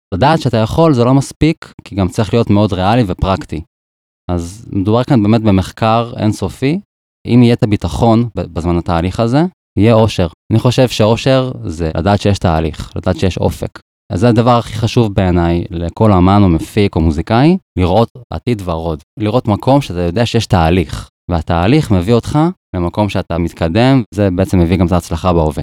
לדעת שאתה יכול זה לא מספיק, כי גם צריך להיות מאוד ריאלי ופרקטי. אז מדובר כאן באמת במחקר אינסופי, אם יהיה את הביטחון בזמן התהליך הזה, יהיה אושר. אני חושב שאושר זה לדעת שיש תהליך, לדעת שיש אופק. אז זה הדבר הכי חשוב בעיניי לכל אמן או מפיק או מוזיקאי, לראות עתיד ורוד. לראות מקום שאתה יודע שיש תהליך, והתהליך מביא אותך למקום שאתה מתקדם, זה בעצם מביא גם את ההצלחה בהווה.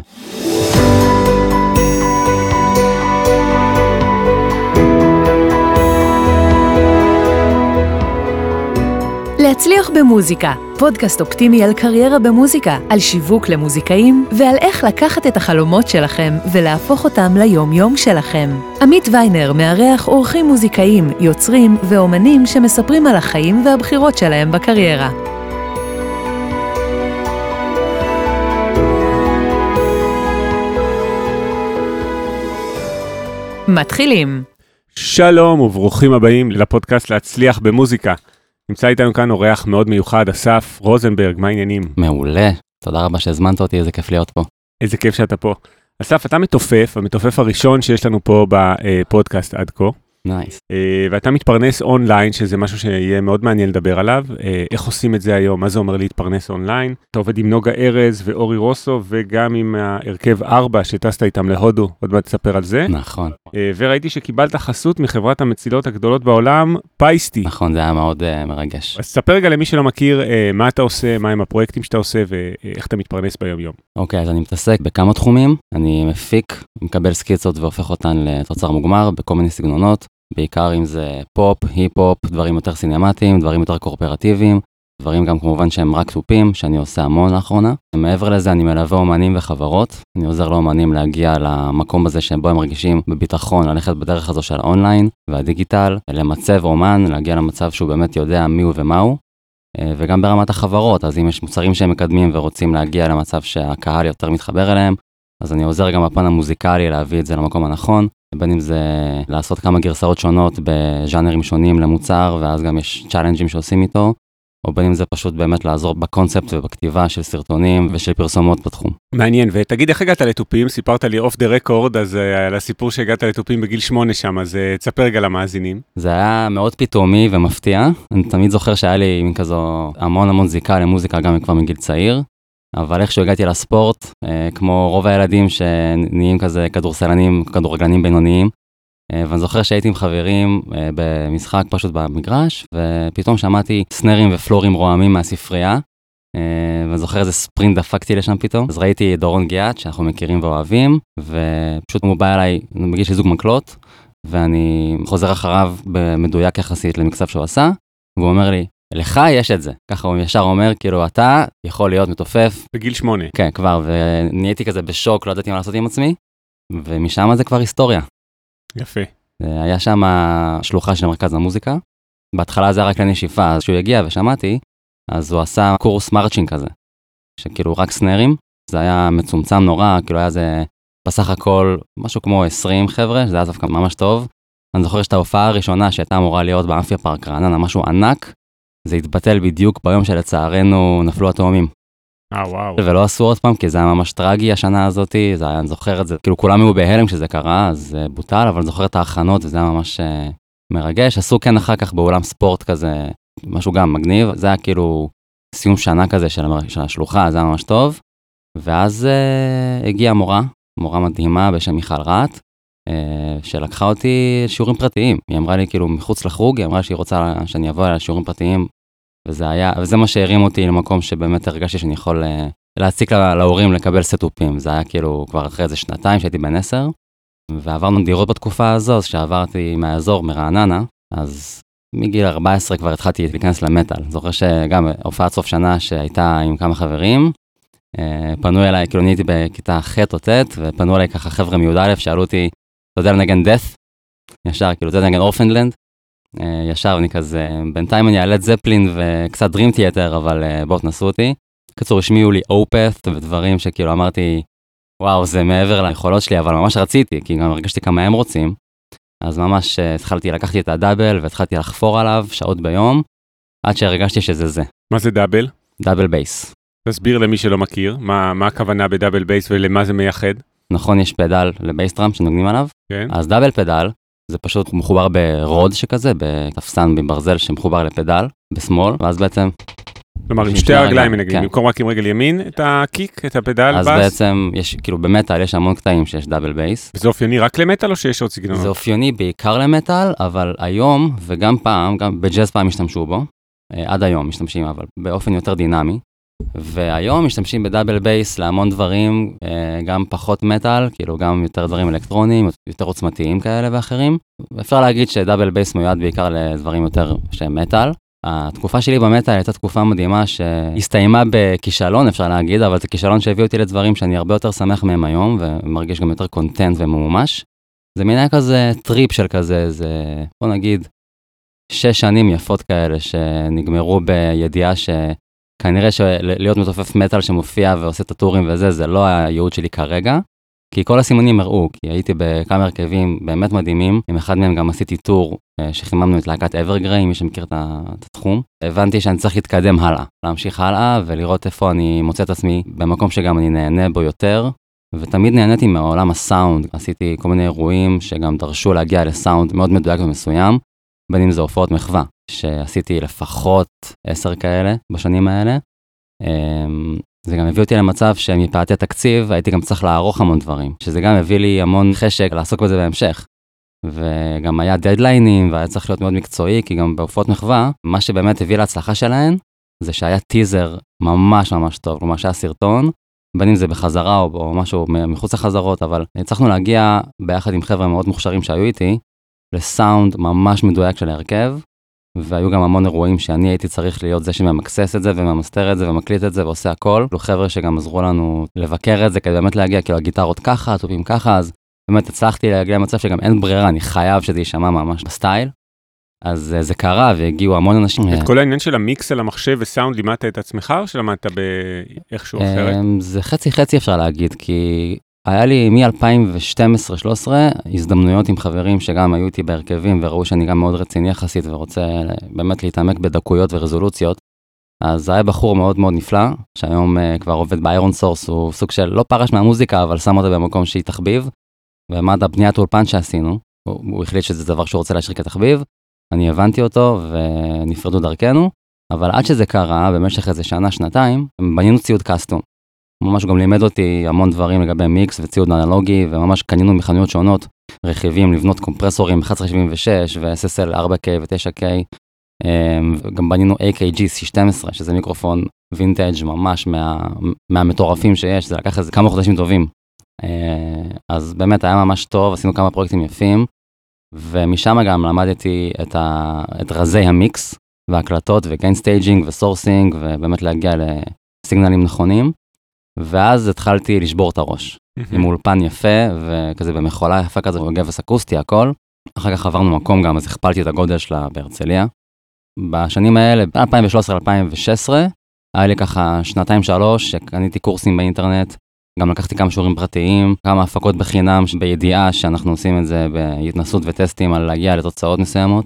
להצליח במוזיקה, פודקאסט אופטימי על קריירה במוזיקה, על שיווק למוזיקאים ועל איך לקחת את החלומות שלכם ולהפוך אותם ליום-יום שלכם. עמית ויינר מארח אורחים מוזיקאים, יוצרים ואומנים שמספרים על החיים והבחירות שלהם בקריירה. מתחילים. שלום וברוכים הבאים לפודקאסט להצליח במוזיקה. נמצא איתנו כאן אורח מאוד מיוחד, אסף רוזנברג, מה העניינים? מעולה, תודה רבה שהזמנת אותי, איזה כיף להיות פה. איזה כיף שאתה פה. אסף, אתה מתופף, המתופף הראשון שיש לנו פה בפודקאסט עד כה. נייס. ואתה מתפרנס אונליין, שזה משהו שיהיה מאוד מעניין לדבר עליו. איך עושים את זה היום? מה זה אומר להתפרנס אונליין? אתה עובד עם נוגה ארז ואורי רוסו, וגם עם ההרכב 4 שטסת איתם להודו, עוד מעט תספר על זה. נכון. וראיתי שקיבלת חסות מחברת המצילות הגדולות בעולם, פייסטי. נכון, זה היה מאוד מרגש. אז תספר רגע למי שלא מכיר מה אתה עושה, מה הם הפרויקטים שאתה עושה ואיך אתה מתפרנס ביום יום. אוקיי, אז אני מתעסק בכמה תחומים. אני מפיק, מקבל סקיצות והופך אותן לתוצר מוגמר בכל מיני סגנונות. בעיקר אם זה פופ, היפ-הופ, דברים יותר סינמטיים, דברים יותר קורפרטיביים, דברים גם כמובן שהם רק טופים, שאני עושה המון לאחרונה. מעבר לזה אני מלווה אומנים וחברות, אני עוזר לאומנים להגיע למקום הזה שבו הם מרגישים בביטחון, ללכת בדרך הזו של האונליין והדיגיטל, למצב אומן, להגיע למצב שהוא באמת יודע מי הוא ומה הוא, וגם ברמת החברות, אז אם יש מוצרים שהם מקדמים ורוצים להגיע למצב שהקהל יותר מתחבר אליהם, אז אני עוזר גם בפן המוזיקלי להביא את זה למקום הנכון, בין אם זה לעשות כמה גרסאות שונות בז'אנרים שונים למוצר, ואז גם יש צ'אלנג'ים שעושים איתו, או בין אם זה פשוט באמת לעזור בקונספט ובכתיבה של סרטונים ושל פרסומות בתחום. מעניין, ותגיד איך הגעת לתופים? סיפרת לי אוף דה רקורד, אז על הסיפור שהגעת לתופים בגיל 8 שם, אז תספר רגע למאזינים. זה היה מאוד פתאומי ומפתיע, אני תמיד זוכר שהיה לי כזו המון זיקה למוזיקה גם כבר מגיל צעיר, אבל איכשהו הגעתי לספורט, כמו רוב הילדים שנהיים כזה כדורסלנים, כדורגלנים בינוניים, ואני זוכר שהייתי עם חברים במשחק פשוט במגרש, ופתאום שמעתי סנרים ופלורים רועמים מהספרייה, ואני זוכר איזה ספרינט דפקתי לשם פתאום, אז ראיתי דורון גיאת שאנחנו מכירים ואוהבים, ופשוט הוא בא אליי בגיל של זוג מקלות, ואני חוזר אחריו במדויק יחסית למקצב שהוא עשה, והוא אומר לי, לך יש את זה. ככה הוא ישר אומר, כאילו, אתה יכול להיות מתופף. בגיל 8. כן, כבר, ונהייתי כזה בשוק, לא ידעתי מה לעשות עם עצמי, ומשם זה כבר היסטוריה. יפה. היה שם שלוחה של מרכז המוזיקה. בהתחלה זה היה רק לנשיפה, אז כשהוא הגיע ושמעתי, אז הוא עשה קורס מרצ'ינג כזה, שכאילו רק סנרים, זה היה מצומצם נורא, כאילו היה זה בסך הכל משהו כמו 20 חבר'ה, שזה היה דווקא ממש טוב. אני זוכר שאת ההופעה הראשונה שהייתה אמורה להיות באמפיה פארק רעננה, משהו ענק, זה התבטל בדיוק ביום שלצערנו נפלו התאומים. וואו. ולא עשו עוד פעם, כי זה היה ממש טרגי השנה הזאת, זה היה, אני זוכר את זה, כאילו כולם היו בהלם כשזה קרה, אז זה בוטל, אבל אני זוכר את ההכנות, וזה היה ממש מרגש. עשו כן אחר כך באולם ספורט כזה, משהו גם מגניב, זה היה כאילו סיום שנה כזה של השלוחה, זה היה ממש טוב. ואז הגיעה מורה מדהימה בשם מיכל רעת, שלקחה אותי שיעורים פרטיים. היא אמרה לי כאילו מחוץ לחוג, היא אמרה שהיא רוצה שאני אבוא אליה לשיעורים פרטיים, וזה מה שהרים אותי למקום שבאמת הרגשתי שאני יכול להציק להורים לקבל סטופים. זה היה כאילו כבר אחרי איזה שנתיים שהייתי בן 10, ועברנו דירות בתקופה הזו, אז שעברתי מהאזור, מרעננה, אז מגיל 14 כבר התחלתי להיכנס למטל. זוכר שגם הופעת סוף שנה שהייתה עם כמה חברים, פנו אליי, כאילו נהייתי בכיתה ח' או ט', ופנו אליי ככה חבר'ה מי"א, שאלו אותי, אתה יודע לנגן death? ישר, כאילו, אתה יודע לנגן אורפנדלנד? ישר, אני כזה, בינתיים אני אעלה את זפלין וקצת דרים תיאטר, אבל בואו תנסו אותי. בקיצור, השמיעו לי אופת ודברים שכאילו אמרתי, וואו, זה מעבר ליכולות שלי, אבל ממש רציתי, כי גם הרגשתי כמה הם רוצים. אז ממש לקחתי את הדאבל והתחלתי לחפור עליו שעות ביום, עד שהרגשתי שזה זה. מה זה דאבל? דאבל בייס. תסביר למי שלא מכיר, מה הכוונה בדאבל בייס ולמה זה מייחד? נכון, יש פדל לבייסטראם שנוגנים עליו. כן. אז דאבל פדל זה פשוט מחובר ברוד שכזה, בתפסן בברזל שמחובר לפדל, בשמאל, ואז בעצם... כלומר, עם שתי הרגליים, נגיד, במקום רק עם רגל ימין, את הקיק, את הפדל, אז בעצם יש, כאילו במטל יש המון קטעים שיש דאבל בייס. וזה אופייני רק למטל או שיש עוד סגנונות? זה אופייני בעיקר למטל, אבל היום וגם פעם, גם בג'אז פעם השתמשו בו, עד היום משתמשים, אבל באופן יותר דינמי. והיום משתמשים בדאבל בייס להמון דברים, גם פחות מטל, כאילו גם יותר דברים אלקטרוניים, יותר עוצמתיים כאלה ואחרים. אפשר להגיד שדאבל בייס מיועד בעיקר לדברים יותר שהם מטל. התקופה שלי במטל הייתה תקופה מדהימה שהסתיימה בכישלון, אפשר להגיד, אבל זה כישלון שהביא אותי לדברים שאני הרבה יותר שמח מהם היום, ומרגיש גם יותר קונטנט וממומש. זה מין היה כזה טריפ של כזה, זה, בוא נגיד, 6 שנים יפות כאלה שנגמרו בידיעה שכנראה שלהיות מתופף מטל שמופיע ועושה את הטורים וזה, זה לא הייעוד שלי כרגע, כי כל הסימנים הראו, כי הייתי בכמה הרכבים באמת מדהימים, עם אחד מהם גם עשיתי טור שחיממנו את להקת אברגריי, מי שמכיר את התחום. הבנתי שאני צריך להתקדם הלאה, להמשיך הלאה ולראות איפה אני מוצא את עצמי במקום שגם אני נהנה בו יותר, ותמיד נהניתי מעולם הסאונד. עשיתי כל מיני אירועים שגם דרשו להגיע לסאונד מאוד מדויק ומסוים, בין אם זה הופעות מחווה, שעשיתי לפחות 10 כאלה בשנים האלה. זה גם הביא אותי למצב שמפעתי התקציב הייתי גם צריך לערוך המון דברים, שזה גם הביא לי המון חשק לעסוק בזה בהמשך. וגם היה דדליינים והיה צריך להיות מאוד מקצועי, כי גם בהופעות מחווה, מה שבאמת הביא להצלחה שלהן, זה שהיה טיזר ממש ממש טוב, כלומר שהיה סרטון, בין אם זה בחזרה או משהו מחוץ לחזרות, אבל הצלחנו להגיע ביחד עם חבר'ה מאוד מוכשרים שהיו איתי, לסאונד ממש מדויק של ההרכב, והיו גם המון אירועים שאני הייתי צריך להיות זה שממקסס את זה וממסתר את זה ומקליט את זה ועושה הכל. חבר'ה שגם עזרו לנו לבקר את זה כדי באמת להגיע, כאילו הגיטרות ככה, הטובים ככה, אז באמת הצלחתי להגיע למצב שגם אין ברירה, אני חייב שזה יישמע ממש בסטייל. אז זה קרה והגיעו המון אנשים. את כל העניין של המיקס על המחשב וסאונד, לימדת את עצמך או שלמדת באיכשהו אחרת? זה חצי אפשר להגיד, כי היה לי מ-2012-2013 הזדמנויות עם חברים שגם היו איתי בהרכבים וראו שאני גם מאוד רציני יחסית ורוצה באמת להתעמק בדקויות ורזולוציות. אז היה בחור מאוד מאוד נפלא, שהיום כבר עובד באיירון סורס, הוא סוג של לא פרש מהמוזיקה, אבל שם אותה במקום שהיא תחביב, ומד הבניית אולפן שעשינו, הוא החליט שזה דבר שהוא רוצה להשאיר כתחביב, אני הבנתי אותו ונפרדו דרכנו, אבל עד שזה קרה, במשך איזה שנה, שנתיים, בנינו ציוד קאסטום. ממש גם לימד אותי המון דברים לגבי מיקס וציוד אנלוגי, וממש קנינו מחנויות שונות, רכיבים, לבנות קומפרסורים 1176 ו-SSL 4K ו-9K, גם בנינו AKG C12, שזה מיקרופון וינטג' ממש מהמטורפים שיש, זה לקח איזה כמה חודשים טובים. אז באמת היה ממש טוב, עשינו כמה פרויקטים יפים, ומשם גם למדתי את רזי המיקס, והקלטות וגיין סטייג'ינג וסורסינג, ובאמת להגיע לסיגנלים נכונים. ואז התחלתי לשבור את הראש, עם אולפן יפה, וכזה במחולה יפה כזה, גבס אקוסטי, הכל. אחר כך עברנו מקום גם, אז הכפלתי את הגודל שלה בהרצליה. בשנים האלה, ב-2013-2016, היה לי ככה 2-3 שקניתי קורסים באינטרנט, גם לקחתי כמה שיעורים פרטיים, כמה הפקות בחינם, בידיעה שאנחנו עושים את זה בהתנסות וטסטים על להגיע לתוצאות מסוימות.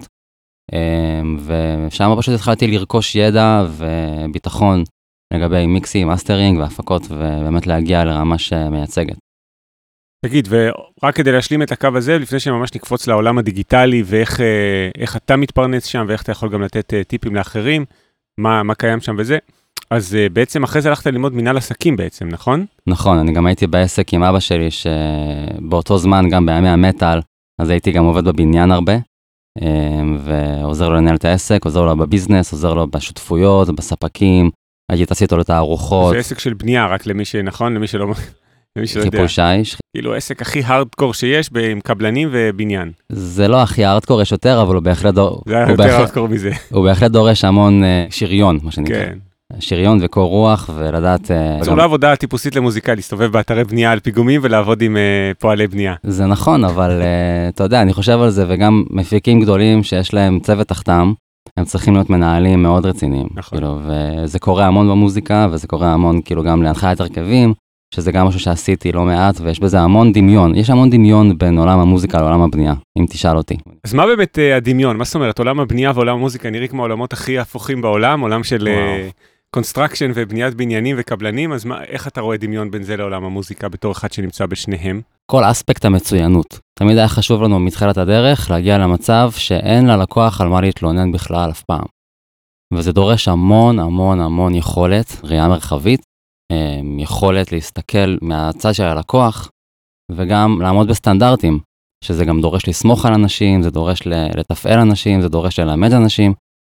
ושם פשוט התחלתי לרכוש ידע וביטחון, לגבי מיקסים, מאסטרינג והפקות, ובאמת להגיע לרמה שמייצגת. תגיד, ורק כדי להשלים את הקו הזה, לפני שממש נקפוץ לעולם הדיגיטלי, ואיך אתה מתפרנס שם, ואיך אתה יכול גם לתת טיפים לאחרים, מה קיים שם וזה, אז בעצם אחרי זה הלכת ללמוד מנהל עסקים בעצם, נכון? נכון, אני גם הייתי בעסק עם אבא שלי, שבאותו זמן, גם בימי המטל, אז הייתי גם עובד בבניין הרבה, ועוזר לו לנהל את העסק, עוזר לו בביזנס, עוזר לו בשותפויות, בספקים, הייתי תעשי אותו לתערוכות. זה עסק של בנייה, רק למי שנכון, למי שלא יודע. חיפוי שיש. כאילו עסק הכי הארדקור שיש, עם קבלנים ובניין. זה לא הכי הארדקור, יש יותר, אבל הוא בהחלט זה יותר הארדקור מזה. הוא בהחלט דורש המון שריון, מה שנקרא. כן. שריון וקור רוח, ולדעת... זו לא עבודה טיפוסית למוזיקה, להסתובב באתרי בנייה על פיגומים, ולעבוד עם פועלי בנייה. זה נכון, אבל אתה יודע, אני חושב על זה, וגם מפיקים גדולים שיש להם צוות תחתם, הם צריכים להיות מנהלים מאוד רציניים. נכון. כאילו, וזה קורה המון במוזיקה, וזה קורה המון כאילו גם להנחיית הרכבים, שזה גם משהו שעשיתי לא מעט, ויש בזה המון דמיון. יש המון דמיון בין עולם המוזיקה לעולם הבנייה, אם תשאל אותי. אז מה באמת הדמיון? מה זאת אומרת? עולם הבנייה ועולם המוזיקה נראה כמו העולמות הכי הפוכים בעולם, עולם של קונסטרקשן ובניית בניינים וקבלנים, אז איך אתה רואה דמיון בין זה לעולם המוזיקה בתור אחד שנמצא בשניהם? כל אספקט המצוינות. תמיד היה חשוב לנו מתחילת הדרך להגיע למצב שאין ללקוח על מה להתלונן בכלל אף פעם. וזה דורש המון המון המון יכולת, ראייה מרחבית, יכולת להסתכל מהצד של הלקוח, וגם לעמוד בסטנדרטים, שזה גם דורש לסמוך על אנשים, זה דורש לתפעל אנשים, זה דורש ללמד אנשים.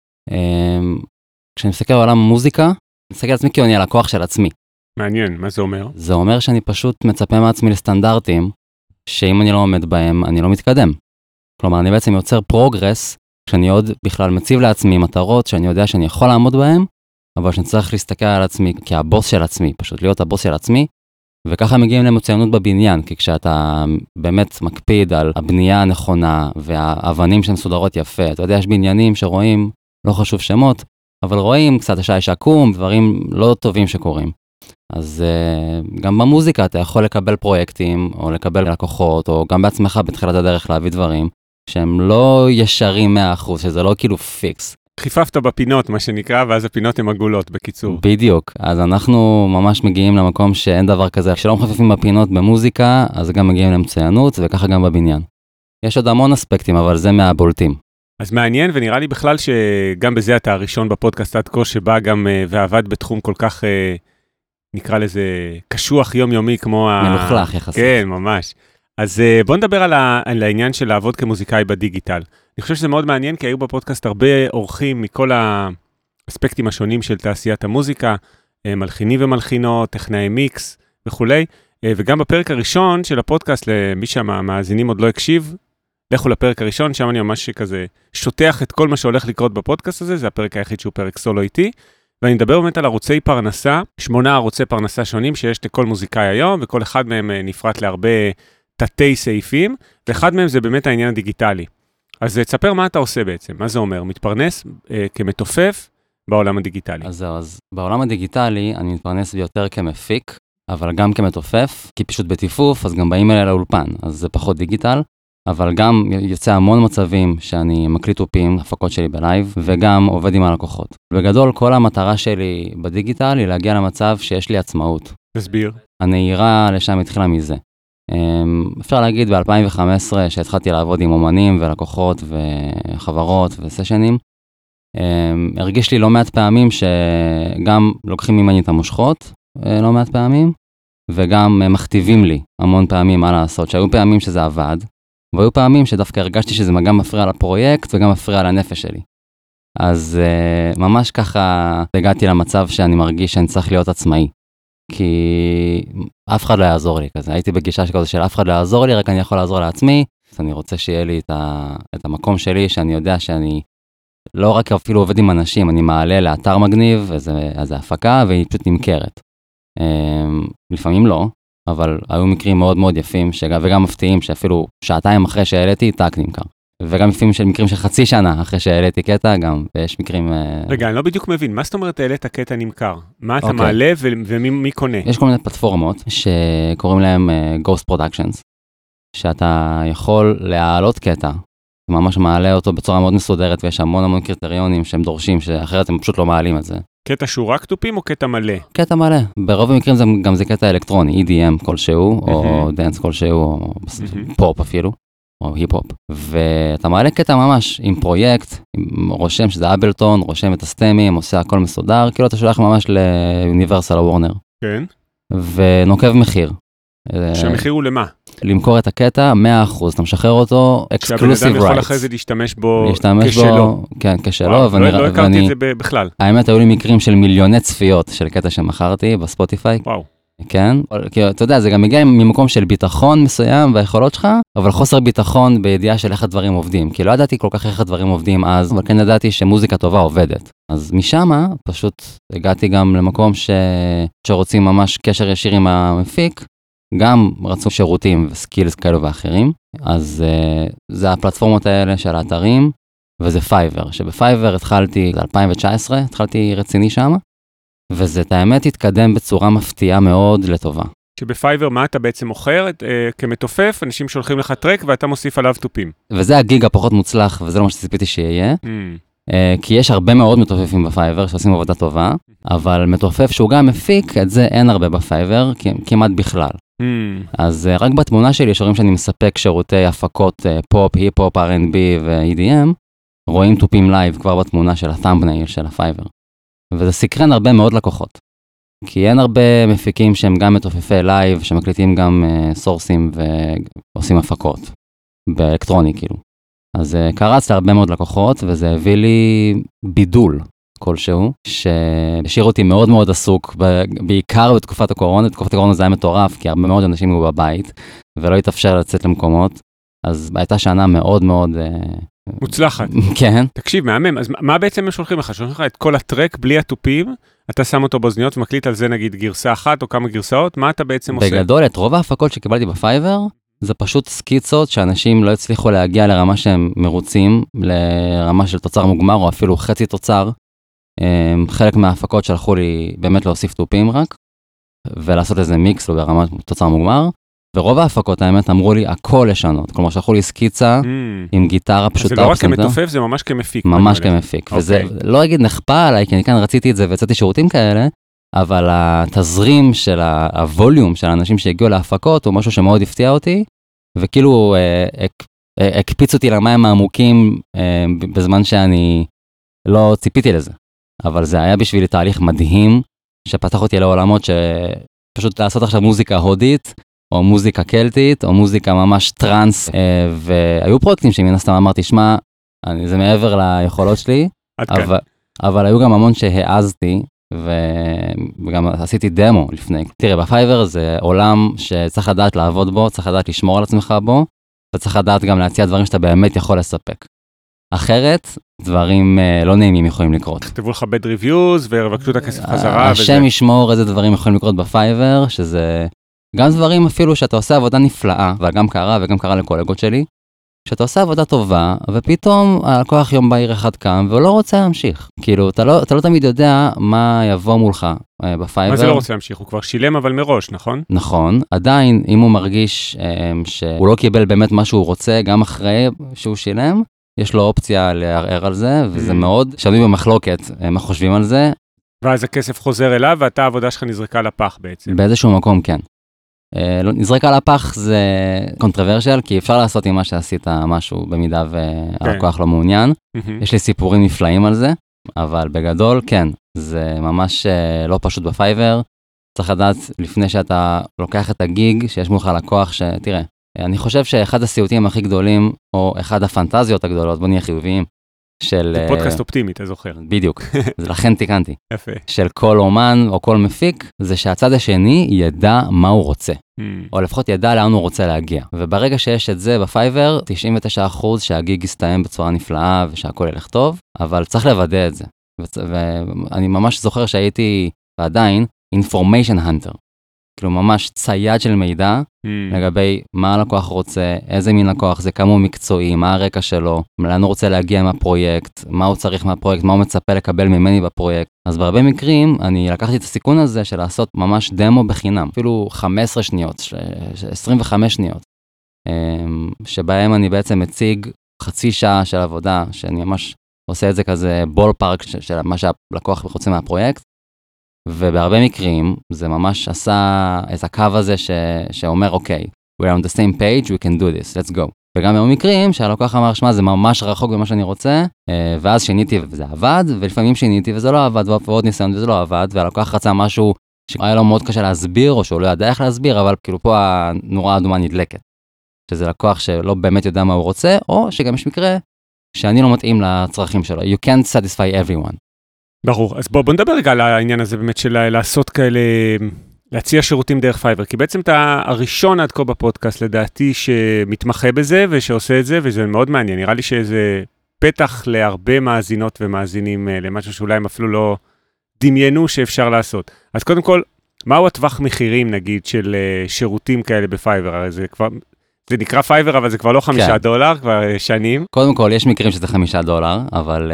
כשאני מסתכל על עולם המוזיקה, אני מסתכל על עצמי כי אני הלקוח של עצמי. מעניין, מה זה אומר? זה אומר שאני פשוט מצפה מעצמי לסטנדרטים, שאם אני לא עומד בהם, אני לא מתקדם. כלומר, אני בעצם יוצר פרוגרס, כשאני עוד בכלל מציב לעצמי מטרות, שאני יודע שאני יכול לעמוד בהם, אבל שאני צריך להסתכל על עצמי כהבוס של עצמי, פשוט להיות הבוס של עצמי, וככה מגיעים למצוינות בבניין, כי כשאתה באמת מקפיד על הבנייה הנכונה, והאבנים שמסודרות יפה, אתה יודע, יש בניינים שרואים, לא חשוב שמות, אבל רואים קצת השי עקום, דברים לא טובים שקורים. אז גם במוזיקה אתה יכול לקבל פרויקטים, או לקבל לקוחות, או גם בעצמך בתחילת הדרך להביא דברים, שהם לא ישרים 100%, שזה לא כאילו פיקס. חיפפת בפינות, מה שנקרא, ואז הפינות הן עגולות, בקיצור. בדיוק. אז אנחנו ממש מגיעים למקום שאין דבר כזה. כשלא מחפפים בפינות במוזיקה, אז גם מגיעים למצוינות, וככה גם בבניין. יש עוד המון אספקטים, אבל זה מהבולטים. אז מעניין, ונראה לי בכלל שגם בזה אתה הראשון בפודקאסט עד כה, שבא גם ועבד בתחום כל כך, נקרא לזה, קשוח יומיומי, כמו מלוכלך יחסית. כן, ממש. אז בוא נדבר על העניין של לעבוד כמוזיקאי בדיגיטל. אני חושב שזה מאוד מעניין, כי היו בפודקאסט הרבה אורחים מכל האספקטים השונים של תעשיית המוזיקה, מלחינים ומלחינות, טכנאי מיקס וכולי, וגם בפרק הראשון של הפודקאסט, למי שהמאזינים עוד לא הקשיב, לכו לפרק הראשון, שם אני ממש כזה שוטח את כל מה שהולך לקרות בפודקאסט הזה, זה הפרק היחיד שהוא פרק סולו איתי, ואני מדבר באמת על ערוצי פרנסה, 8 ערוצי פרנסה שונים שיש לכל מוזיקאי היום, וכל אחד מהם נפרט להרבה תתי סעיפים, ואחד מהם זה באמת העניין הדיגיטלי. אז תספר מה אתה עושה בעצם, מה זה אומר? מתפרנס כמתופף בעולם הדיגיטלי. אז זהו, אז בעולם הדיגיטלי אני מתפרנס יותר כמפיק, אבל גם כמתופף, כי פשוט בתיפוף, אז גם באים אליי לאולפן, אז זה פחות דיגיטל, אבל גם יוצא המון מצבים שאני מקליט טופים, הפקות שלי בלייב, וגם עובד עם הלקוחות. בגדול, כל המטרה שלי בדיגיטל היא להגיע למצב שיש לי עצמאות. תסביר. הנהירה לשם התחילה מזה. אפשר להגיד ב-2015 שהתחלתי לעבוד עם אומנים ולקוחות וחברות וסשנים, הרגיש לי לא מעט פעמים שגם לוקחים ממני את המושכות, לא מעט פעמים, וגם מכתיבים לי המון פעמים מה לעשות, שהיו פעמים שזה עבד, והיו פעמים שדווקא הרגשתי שזה גם מפריע לפרויקט וגם מפריע לנפש שלי. אז ממש ככה הגעתי למצב שאני מרגיש שאני צריך להיות עצמאי. כי אף אחד לא יעזור לי כזה, הייתי בגישה כזה של אף אחד לא יעזור לי, רק אני יכול לעזור לעצמי, אז אני רוצה שיהיה לי את המקום שלי, שאני יודע שאני לא רק אפילו עובד עם אנשים, אני מעלה לאתר מגניב, איזה הפקה, והיא פשוט נמכרת. לפעמים לא, אבל היו מקרים מאוד מאוד יפים, וגם מפתיעים, שאפילו שעתיים אחרי שהעליתי, טאק נמכר. וגם מקרים של חצי שנה אחרי שהעליתי קטע, גם, ויש מקרים... רגע, אני לא בדיוק מבין, מה זאת אומרת העלית קטע נמכר? מה אתה מעלה ומי קונה? יש כל מיני פלטפורמות שקוראים להם Ghost Productions, שאתה יכול להעלות קטע, ממש מעלה אותו בצורה מאוד מסודרת, ויש המון המון קריטריונים שהם דורשים, שאחרת הם פשוט לא מעלים את זה. קטע שהוא רק טופים או קטע מלא? קטע מלא. ברוב המקרים גם זה קטע אלקטרוני, EDM כלשהו, או דנס כלשהו, או פופ אפילו. או היפ-הופ, ואתה מעלה קטע ממש עם פרויקט, רושם שזה אבלטון, רושם את הסטמים, עושה הכל מסודר, כאילו אתה שולח ממש לאוניברסל או וורנר. כן. ונוקב מחיר. שהמחיר הוא למה? למכור את הקטע 100%, אתה משחרר אותו אקסקלוסיב רייטס. שהבן אדם יכול אחרי זה להשתמש בו כשלו. כן, כשלו. לא הכרתי את זה בכלל. האמת, היו לי מקרים של מיליוני צפיות של קטע שמכרתי בספוטיפיי. וואו. כן, כי אתה יודע, זה גם מגיע ממקום של ביטחון מסוים והיכולות שלך, אבל חוסר ביטחון בידיעה של איך הדברים עובדים, כי לא ידעתי כל כך איך הדברים עובדים אז, אבל כן ידעתי שמוזיקה טובה עובדת. אז משם פשוט הגעתי גם למקום שרוצים ממש קשר ישיר עם המפיק, גם רצו שירותים וסקילס כאלו ואחרים, אז זה הפלטפורמות האלה של האתרים, וזה פייבר, שבפייבר התחלתי, 2019, התחלתי רציני שם, וזה את האמת התקדם בצורה מפתיעה מאוד לטובה. שבפייבר מה אתה בעצם מוכר? כמתופף, אנשים שולחים לך טרק ואתה מוסיף עליו טופים. וזה הגיג הפחות מוצלח, וזה לא מה שציפיתי שיהיה. כי יש הרבה מאוד מתופפים בפייבר שעושים עבודה טובה, אבל מתופף שהוא גם מפיק, את זה אין הרבה בפייבר, כמעט בכלל. אז רק בתמונה שלי, שרואים שאני מספק שירותי הפקות פופ, היפ-הופ, R&B ו-EDM, רואים תופים לייב כבר בתמונה של ה-thumbnail של הפייבר. וזה סקרן הרבה מאוד לקוחות. כי אין הרבה מפיקים שהם גם מתופפי לייב, שמקליטים גם סורסים ועושים הפקות, באלקטרוני כאילו. אז קרץ להרבה מאוד לקוחות, וזה הביא לי בידול כלשהו, שהשאיר אותי מאוד מאוד עסוק, בעיקר בתקופת הקורונה. בתקופת הקורונה זה היה מטורף, כי הרבה מאוד אנשים היו בבית, ולא התאפשר לצאת למקומות, אז הייתה שנה מאוד מאוד... מוצלחת. כן. תקשיב, מהמם, אז מה בעצם הם שולחים לך? שולחים לך את כל הטרק בלי הטופים, אתה שם אותו באוזניות ומקליט על זה נגיד גרסה אחת או כמה גרסאות, מה אתה בעצם עושה? בגדול, את רוב ההפקות שקיבלתי בפייבר, זה פשוט סקיצות שאנשים לא הצליחו להגיע לרמה שהם מרוצים, לרמה של תוצר מוגמר או אפילו חצי תוצר. חלק מההפקות שלחו לי באמת להוסיף טופים רק, ולעשות איזה מיקס או ברמה תוצר מוגמר. ורוב ההפקות, האמת, אמרו לי הכל לשנות. כלומר, שלחו לי סקיצה עם גיטרה פשוטה. זה לא רק כמתופף, זה ממש כמפיק. ממש כמפיק. וזה לא אגיד נכפה עליי, כי אני כאן רציתי את זה והצאתי שירותים כאלה, אבל התזרים של הווליום של האנשים שהגיעו להפקות הוא משהו שמאוד הפתיע אותי, וכאילו הקפיץ אותי למים העמוקים בזמן שאני לא ציפיתי לזה. אבל זה היה בשבילי תהליך מדהים, שפתח אותי לעולמות שפשוט לעשות עכשיו מוזיקה הודית, או מוזיקה קלטית, או מוזיקה ממש טרנס, והיו פרויקטים שמן הסתם אמרתי, שמע, זה מעבר ליכולות שלי, אבל היו גם המון שהעזתי, וגם עשיתי דמו לפני. תראה, בפייבר זה עולם שצריך לדעת לעבוד בו, צריך לדעת לשמור על עצמך בו, וצריך לדעת גם להציע דברים שאתה באמת יכול לספק. אחרת, דברים לא נעימים יכולים לקרות. תכתבו לך bad reviews, ויבקשו את הכסף חזרה. השם ישמור איזה דברים יכולים לקרות בפייבר, שזה גם דברים אפילו שאתה עושה עבודה נפלאה, וגם קרה לקולגות שלי, שאתה עושה עבודה טובה, ופתאום הלקוח יום בהיר אחד קם, והוא לא רוצה להמשיך. כאילו, אתה לא תמיד יודע מה יבוא מולך בפייבר. מה זה לא רוצה להמשיך? הוא כבר שילם אבל מראש, נכון? נכון. עדיין, אם הוא מרגיש שהוא לא קיבל באמת מה שהוא רוצה, גם אחרי שהוא שילם, יש לו אופציה לערער על זה, וזה מאוד שנוי במחלוקת, מה חושבים על זה. ואז הכסף חוזר אליו, ואתה העבודה שלך נזרקה לפח בעצם. באיזשהו מקום, כן. נזרקה לפח זה קונטרוורשיאל, כי אפשר לעשות עם מה שעשית משהו במידה והלקוח לא מעוניין. יש לי סיפורים נפלאים על זה, אבל בגדול, כן, זה ממש לא פשוט בפייבר. צריך לדעת לפני שאתה לוקח את הגיג, שיש מולך לקוח שתראה, אני חושב שאחד הסיוטים הכי גדולים, או אחד הפנטזיות הגדולות, בוא נהיה חיוביים, של... פודקאסט אופטימי, אתה זוכר. בדיוק, לכן תיקנתי. יפה. של כל אומן או כל מפיק, זה שהצד השני ידע מה הוא רוצה. או לפחות ידע לאן הוא רוצה להגיע. וברגע שיש את זה בפייבר, 99% שהגיג יסתיים בצורה נפלאה ושהכל ילך טוב, אבל צריך לוודא את זה. ואני ממש זוכר שהייתי עדיין information hunter. כאילו ממש צייד של מידע לגבי מה הלקוח רוצה, איזה מין לקוח זה, כמה הוא מקצועי, מה הרקע שלו, לאן הוא רוצה להגיע מהפרויקט, מה הוא צריך מהפרויקט, מה הוא מצפה לקבל ממני בפרויקט. אז בהרבה מקרים אני לקחתי את הסיכון הזה של לעשות ממש דמו בחינם, אפילו 15 שניות, 25 שניות, שבהם אני בעצם מציג חצי שעה של עבודה, שאני ממש עושה את זה כזה בול פארק של מה שהלקוח רוצה מהפרויקט, ובהרבה מקרים זה ממש עשה את הקו הזה שאומר, אוקיי, we're on the same page, we can do this, let's go. וגם בהרבה מקרים שהלקוח אמר, שמה, זה ממש רחוק במה שאני רוצה, ואז שיניתי וזה עבד, ולפעמים שיניתי וזה לא עבד, ועוד ניסיון וזה לא עבד, והלקוח רצה משהו שהיה לו מאוד קשה להסביר, או שהוא לא ידע איך להסביר, אבל כאילו פה הנורה האדומה נדלקת. שזה לקוח שלא באמת יודע מה הוא רוצה, או שגם יש מקרה שאני לא מתאים לצרכים שלו. You can't satisfy everyone. ברור, אז בוא נדבר רגע על העניין הזה באמת של לעשות כאלה, להציע שירותים דרך פייבר, כי בעצם אתה הראשון עד כה בפודקאסט לדעתי שמתמחה בזה ושעושה את זה, וזה מאוד מעניין, נראה לי שזה פתח להרבה מאזינות ומאזינים למשהו שאולי הם אפילו לא דמיינו שאפשר לעשות. אז קודם כל, מהו הטווח מחירים נגיד של שירותים כאלה בפייבר? הרי זה כבר... זה נקרא פייבר, אבל זה כבר לא $5, כבר שנים. קודם כל, יש מקרים שזה $5, אבל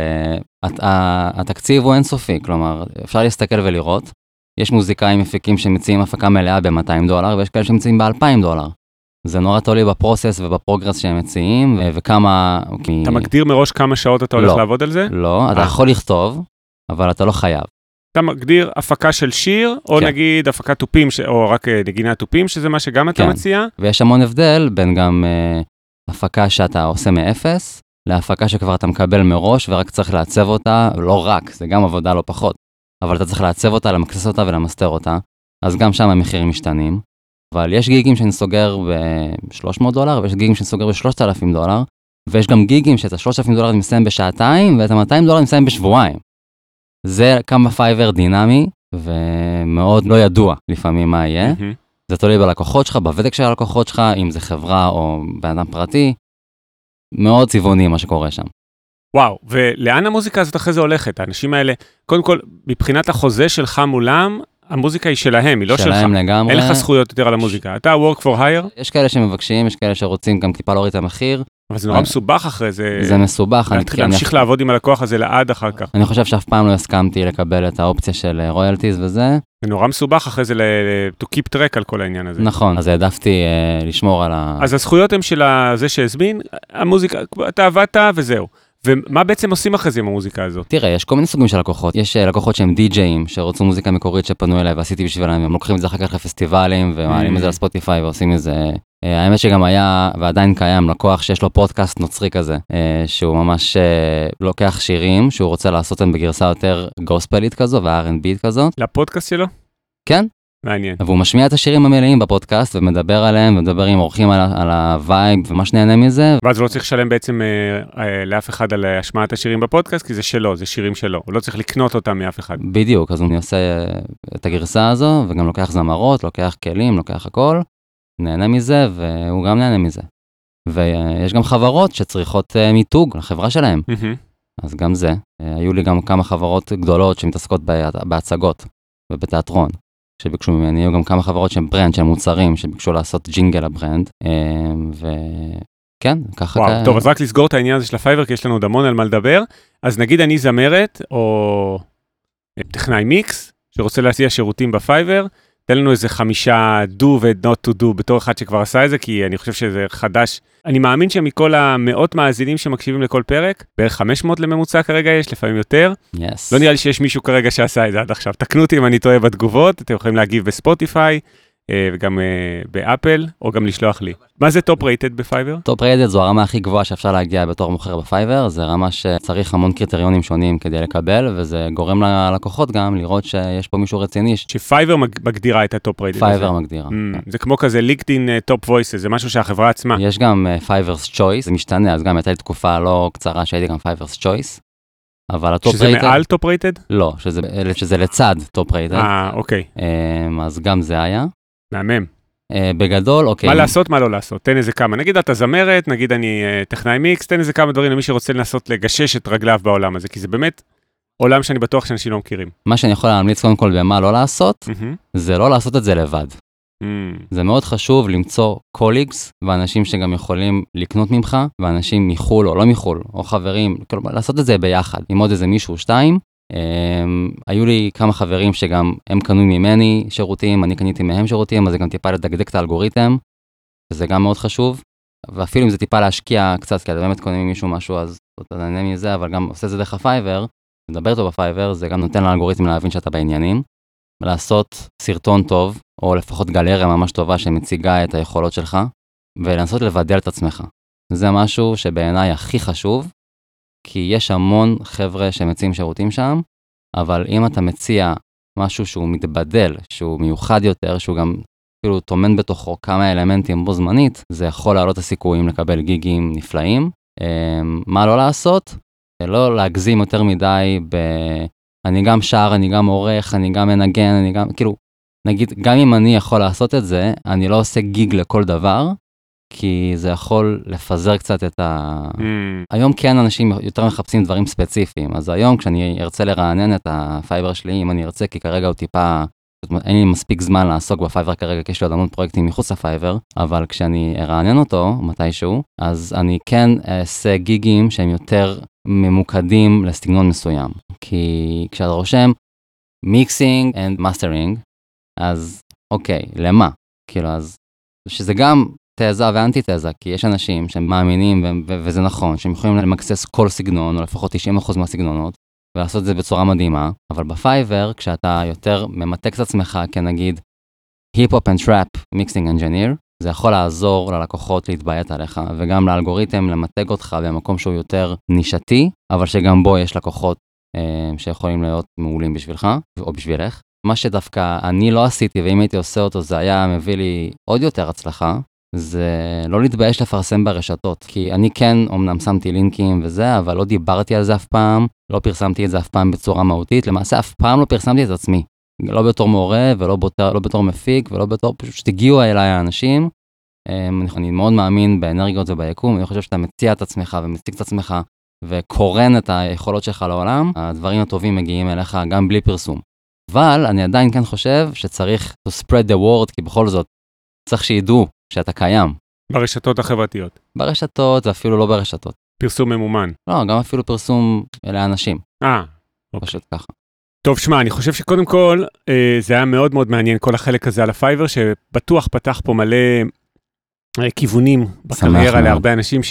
התקציב הוא אינסופי, כלומר, אפשר להסתכל ולראות. יש מוזיקאים מפיקים שמציעים הפקה מלאה $200, ויש כאלה שמציעים $2,000. זה נורא תולי בפרוסס ובפרוגרס שהם מציעים, וכמה... אתה מגדיר מראש כמה שעות אתה הולך לעבוד על זה? לא, אתה יכול לכתוב, אבל אתה לא חייב. אתה מגדיר הפקה של שיר, או נגיד הפקת טופים, או רק נגינת טופים, שזה מה שגם אתה מציע? ויש המון הבדל בין גם הפקה שאתה עושה מאפס, להפקה שכבר אתה מקבל מראש, ורק צריך לעצב אותה, לא רק, זה גם עבודה לא פחות, אבל אתה צריך לעצב אותה, למקסס אותה ולמסתר אותה, אז גם שם המחירים משתנים. אבל יש גיגים שאני סוגר ב$300, ויש גיגים שאני סוגר ב$3,000, ויש גם גיגים שאת ה$3,000 אני מסיים בשעתיים, ואת ה$200 אני מסיים בשבועיים. זה כמה פייבר דינמי, ומאוד לא ידוע לפעמים מה יהיה. זה תולי בלקוחות שלך, בוותק של הלקוחות שלך, אם זה חברה או באדם פרטי, מאוד צבעוני מה שקורה שם. וואו, ולאן המוזיקה הזאת אחרי זה הולכת? האנשים האלה, קודם כל, מבחינת החוזה שלך מולם, המוזיקה היא שלהם, היא לא שלך. שלהם לגמרי. אין לך זכויות יותר על המוזיקה. אתה work for hire? יש כאלה שמבקשים, יש כאלה שרוצים גם טיפה להוריד את המחיר. אבל זה נורא מסובך אחרי זה. זה מסובך. להמשיך לעבוד עם הלקוח הזה לעד אחר כך. אני חושב שאף פעם לא הסכמתי לקבל את האופציה של רויאלטיז וזה. זה נורא מסובך אחרי זה to keep track על כל העניין הזה. נכון, אז העדפתי לשמור על אז הזכויות הן של זה שהזמין, המוזיקה, אתה עבדת וזהו. ומה בעצם עושים אחרי זה עם המוזיקה הזאת? תראה, יש כל מיני סוגים של לקוחות. יש לקוחות שהם די-ג'אים, שרוצו מוזיקה מקורית שפנו אליי ועשיתי בשבילם, הם לוקחים את זה אחר כך לפסטיבלים, ומעלים את זה לספוטיפיי ועושים את זה. האמת שגם היה, ועדיין קיים, לקוח שיש לו פודקאסט נוצרי כזה, שהוא ממש לוקח שירים, שהוא רוצה לעשות אותם בגרסה יותר גוספלית כזו, ו-R&B כזאת. לפודקאסט שלו? כן. מעניין. והוא משמיע את השירים המלאים בפודקאסט, ומדבר עליהם, ומדבר עם אורחים על הווייב, ומה שנהנה מזה. ואז הוא לא צריך לשלם בעצם לאף אחד על השמעת השירים בפודקאסט, כי זה שלו, זה שירים שלו. הוא לא צריך לקנות אותם מאף אחד. בדיוק, אז הוא עושה את הגרסה הזו, וגם לוקח זמרות, לוקח כלים, לוקח הכל, נהנה מזה, והוא גם נהנה מזה. ויש גם חברות שצריכות מיתוג לחברה שלהם. אז גם זה. היו לי גם כמה חברות גדולות שמתעסקות בהצגות ובתיאטרון. שביקשו ממני, היו גם כמה חברות שהן ברנד, שהן מוצרים, שביקשו לעשות ג'ינגל לברנד, וכן, ככה... וואו, טוב, אז רק לסגור את העניין הזה של הפייבר, כי יש לנו עוד המון על מה לדבר, אז נגיד אני זמרת, או טכנאי מיקס, שרוצה להציע שירותים בפייבר, תן לנו איזה 5 do ו-not to do, בתור אחד שכבר עשה את זה, כי אני חושב שזה חדש. אני מאמין שמכל המאות מאזינים שמקשיבים לכל פרק, בערך 500 לממוצע כרגע יש, לפעמים יותר. Yes. לא נראה לי שיש מישהו כרגע שעשה את זה עד עכשיו. תקנו אותי אם אני טועה בתגובות, אתם יכולים להגיב בספוטיפיי, וגם באפל, או גם לשלוח לי. מה זה טופ רייטד בפייבר? טופ רייטד זו הרמה הכי גבוהה שאפשר להגיע בתור מוכר בפייבר, זה רמה שצריך המון קריטריונים שונים כדי לקבל, וזה גורם ללקוחות גם לראות שיש פה מישהו רציני. שפייבר מגדירה את הטופ רייטד. פייבר מגדירה. זה כמו כזה לינקדאין טופ וויסס, זה משהו שהחברה עצמה. יש גם פייברס צ'ויס, זה משתנה, אז גם הייתה לי תקופה לא קצרה שהייתי גם פייברס צ'ויס. אבל הטופ רייטד... שזה מעל טופ רייטד? לא, שזה לצד טופ רייטד. אוקיי. אז גם זה היה. מהמם. בגדול, אוקיי. מה לעשות, מה לא לעשות? תן איזה כמה. נגיד אתה זמרת, נגיד אני טכנאי מיקס, תן איזה כמה דברים למי שרוצה לנסות לגשש את רגליו בעולם הזה, כי זה באמת עולם שאני בטוח שאנשים לא מכירים. מה שאני יכול להמליץ קודם כל במה לא לעשות, זה לא לעשות את זה לבד. זה מאוד חשוב למצוא קוליגס, ואנשים שגם יכולים לקנות ממך, ואנשים מחול או לא מחול, או חברים, לעשות את זה ביחד, עם עוד איזה מישהו 2. היו לי כמה חברים שגם הם קנו ממני שירותים, אני קניתי מהם שירותים, אז זה גם טיפה לדקדק את האלגוריתם, וזה גם מאוד חשוב, ואפילו אם זה טיפה להשקיע קצת, כי אתה באמת קונה ממישהו משהו, אז אתה נהנה מזה, אבל גם עושה את זה דרך הפייבר, לדבר איתו בפייבר, זה גם נותן לאלגוריתם להבין שאתה בעניינים, ולעשות סרטון טוב, או לפחות גלריה ממש טובה שמציגה את היכולות שלך, ולנסות לבדל את עצמך. זה משהו שבעיניי הכי חשוב, כי יש המון חבר'ה שמציעים שירותים שם, אבל אם אתה מציע משהו שהוא מתבדל, שהוא מיוחד יותר, שהוא גם אפילו תומן בתוכו כמה אלמנטים בו זמנית, זה יכול לעלות הסיכויים לקבל גיגים נפלאים. מה לא לעשות? לא להגזים יותר מדי אני גם שר, אני גם עורך, אני גם מנגן, אני גם, כאילו, נגיד, גם אם אני יכול לעשות את זה, אני לא עושה גיג לכל דבר, כי זה יכול לפזר קצת את היום כן אנשים יותר מחפשים דברים ספציפיים, אז היום כשאני ארצה לרענן את הפייבר שלי, אם אני ארצה, כי כרגע הוא טיפה, אין לי מספיק זמן לעסוק בפייבר כרגע, כי יש לי עוד המון פרויקטים מחוץ לפייבר, אבל כשאני ארענן אותו מתישהו, אז אני כן אעשה גיגים שהם יותר ממוקדים לסגנון מסוים, כי כשאתה רושם mixing and mastering, אז אוקיי, למה? כאילו, אז שזה גם תזה ואנטי-תזה, כי יש אנשים שהם מאמינים, וזה נכון, שהם יכולים למקסס כל סגנון, או לפחות 90% מהסגנונות, ולעשות את זה בצורה מדהימה, אבל בפייבר, כשאתה יותר ממתק את עצמך, כנגיד, היפ-הופ and טראפ מיקסינג אנג'יניר, זה יכול לעזור ללקוחות להתביית עליך, וגם לאלגוריתם למתג אותך במקום שהוא יותר נישתי, אבל שגם בו יש לקוחות שיכולים להיות מעולים בשבילך, או בשבילך. מה שדווקא אני לא עשיתי, ואם הייתי עושה אותו, זה היה מביא לי עוד יותר הצלחה, זה לא להתבייש לפרסם ברשתות, כי אני כן, אמנם שמתי לינקים וזה, אבל לא דיברתי על זה אף פעם, לא פרסמתי את זה אף פעם בצורה מהותית, למעשה אף פעם לא פרסמתי את עצמי, לא בתור מורה, ולא בתור מפיק, ולא בתור, פשוט שתגיעו אליי האנשים, אני מאוד מאמין באנרגיות וביקום, אני חושב שאתה מציע את עצמך ומציג את עצמך, וקורן את היכולות שלך לעולם, הדברים הטובים מגיעים אליך גם בלי פרסום. אבל אני עדיין כן חושב שצריך to spread the word, כי בכל זאת צריך שידעו שאתה קיים. ברשתות החברתיות. ברשתות ואפילו לא ברשתות. פרסום ממומן. לא, גם אפילו פרסום אלה האנשים. פשוט ככה. טוב, שמע, אני חושב שקודם כל, זה היה מאוד מאוד מעניין כל החלק הזה על הפייבר, שבטוח פתח פה מלא כיוונים בקריירה להרבה אנשים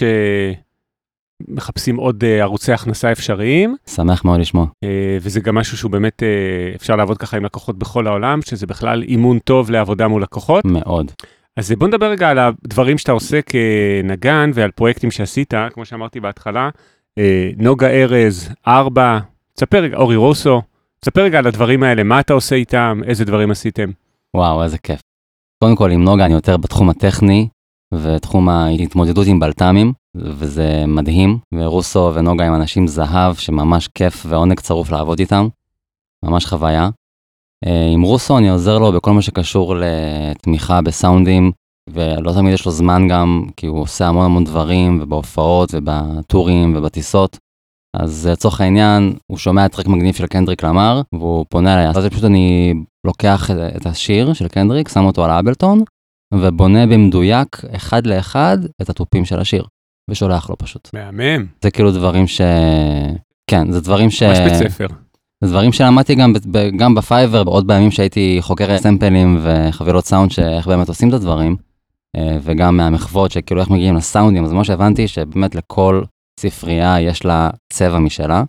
מחפשים עוד ערוצי הכנסה אפשריים. שמח מאוד לשמוע. וזה גם משהו שהוא באמת, אפשר לעבוד ככה עם לקוחות בכל העולם, שזה בכלל אימון טוב לעבודה מול לקוחות. מאוד. אז בוא נדבר רגע על הדברים שאתה עושה כנגן, ועל פרויקטים שעשית, כמו שאמרתי בהתחלה, נוגה ארז, 4, תספר רגע, אורי רוסו, תספר רגע על הדברים האלה, מה אתה עושה איתם, איזה דברים עשיתם. וואו, איזה כיף. קודם כל, עם נוגה אני יותר בתחום הטכני, ותחום ההתמודדות עם בלטמים, וזה מדהים, ורוסו ונוגה הם אנשים זהב, שממש כיף ועונג צרוף לעבוד איתם, ממש חוויה. עם רוסו אני עוזר לו בכל מה שקשור לתמיכה בסאונדים, ולא תמיד יש לו זמן גם, כי הוא עושה המון המון דברים, ובהופעות, ובטורים, ובטיסות. אז לצורך העניין, הוא שומע טרק מגניב של קנדריק למר, והוא פונה אליי. אז פשוט אני לוקח את השיר של קנדריק, שם אותו על האבלטון, ובונה במדויק אחד לאחד את הטופים של השיר, ושולח לו פשוט. מהמם. זה כאילו דברים כן, זה דברים ממש בית ספר. זה דברים שלמדתי גם בפייבר, עוד בימים שהייתי חוקר סמפלים וחבילות סאונד, שאיך באמת עושים את הדברים, וגם מהמחוות שכאילו איך מגיעים לסאונדים, אז מה שהבנתי שבאמת לכל ספרייה יש לה צבע משלה,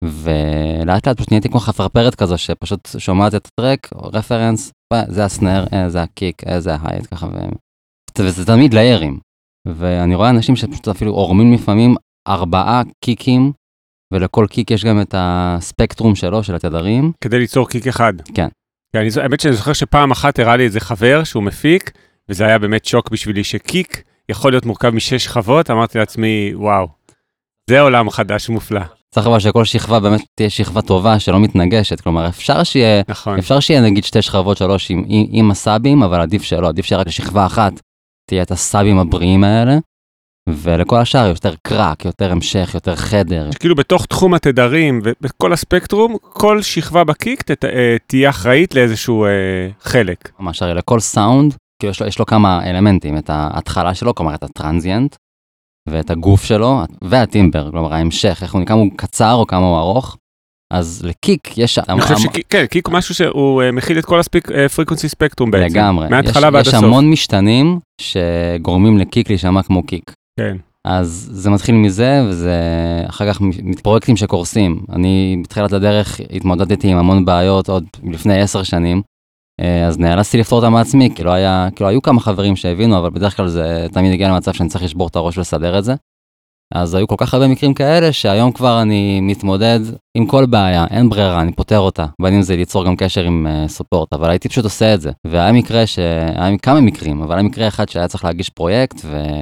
ולאט לאט פשוט נהייתי כמו חפרפרת כזו, שפשוט שומעת את הטרק, או רפרנס, זה הסנר, זה הקיק, זה ההייט, ככה, וזה תמיד ליירים. ואני רואה אנשים שפשוט אפילו עורמים לפעמים 4 קיקים, ולכל קיק יש גם את הספקטרום שלו, של התדרים. כדי ליצור קיק אחד. כן. האמת שאני זוכר שפעם אחת הראה לי איזה חבר שהוא מפיק, וזה היה באמת שוק בשבילי שקיק יכול להיות מורכב מ6 שכבות, אמרתי לעצמי, וואו, זה עולם חדש מופלא. צריך אבל שכל שכבה באמת תהיה שכבה טובה שלא מתנגשת, כלומר אפשר שיהיה נגיד 2 שכבות 3 עם הסאבים, אבל עדיף שלא, עדיף שרק לשכבה אחת תהיה את הסאבים הבריאים האלה, ולכל השאר יותר קרק, יותר המשך, יותר חדר. כאילו בתוך תחום התדרים ובכל הספקטרום, כל שכבה בקיק תהיה אחראית לאיזשהו חלק. ממש הרי לכל סאונד, כאילו יש לו כמה אלמנטים, את ההתחלה שלו, כלומר את הטרנזיאנט, ואת הגוף שלו, והטימבר, כלומר ההמשך, איך הוא נקרא, הוא קצר או כמה הוא ארוך, אז לקיק יש... אני חושב שכן, קיק הוא משהו שהוא מכיל את כל הפריקונסי ספקטרום בעצם. לגמרי. מההתחלה ועד הסוף. יש המון משתנים שגורמים לקיק להישמע כמו קיק. כן. אז זה מתחיל מזה, וזה אחר כך פרויקטים שקורסים. אני בתחילת הדרך התמודדתי עם המון בעיות עוד לפני 10 שנים, אז נאלצתי לפתור אותם מעצמי, כי היו כמה חברים שהבינו, אבל בדרך כלל זה תמיד הגיע למצב שאני צריך לשבור את הראש ולסדר את זה. אז היו כל כך הרבה מקרים כאלה, שהיום כבר אני מתמודד עם כל בעיה, אין ברירה, אני פותר אותה. בין אם זה ליצור גם קשר עם סופורט, אבל הייתי פשוט עושה את זה. והיה מקרה היה כמה מקרים, אבל היה מקרה אחד שהיה צריך להגיש פרויקט,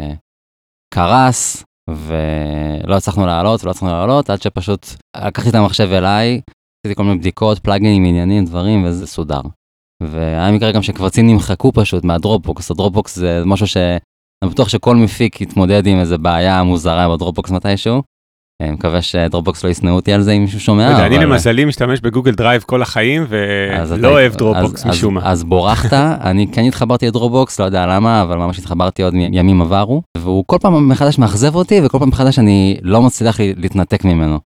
וקרס, ולא הצלחנו לעלות, עד שפשוט לקחתי את המחשב אליי, עשיתי כל מיני בדיקות, פלאגינים, עניינים, דברים, וזה סודר. והיה מקרה גם שקבצים נמחקו פשוט מהדרופבוקס. הדרופבוקס זה משהו אני בטוח שכל מפיק יתמודד עם איזו בעיה מוזרה בדרופבוקס מתישהו. אני מקווה שדרופבוקס לא יסנעו אותי על זה אם מישהו שומע. אני למזלי משתמש בגוגל דרייב כל החיים, ולא אוהב דרופבוקס משום מה. אז בורחת, אני כן התחברתי לדרופבוקס, לא יודע למה, אבל ממש התחברתי עוד ימים עברו, והוא כל פעם מחדש מאכזב אותי, וכל פעם מחדש אני לא מצליח להתנתק ממנו.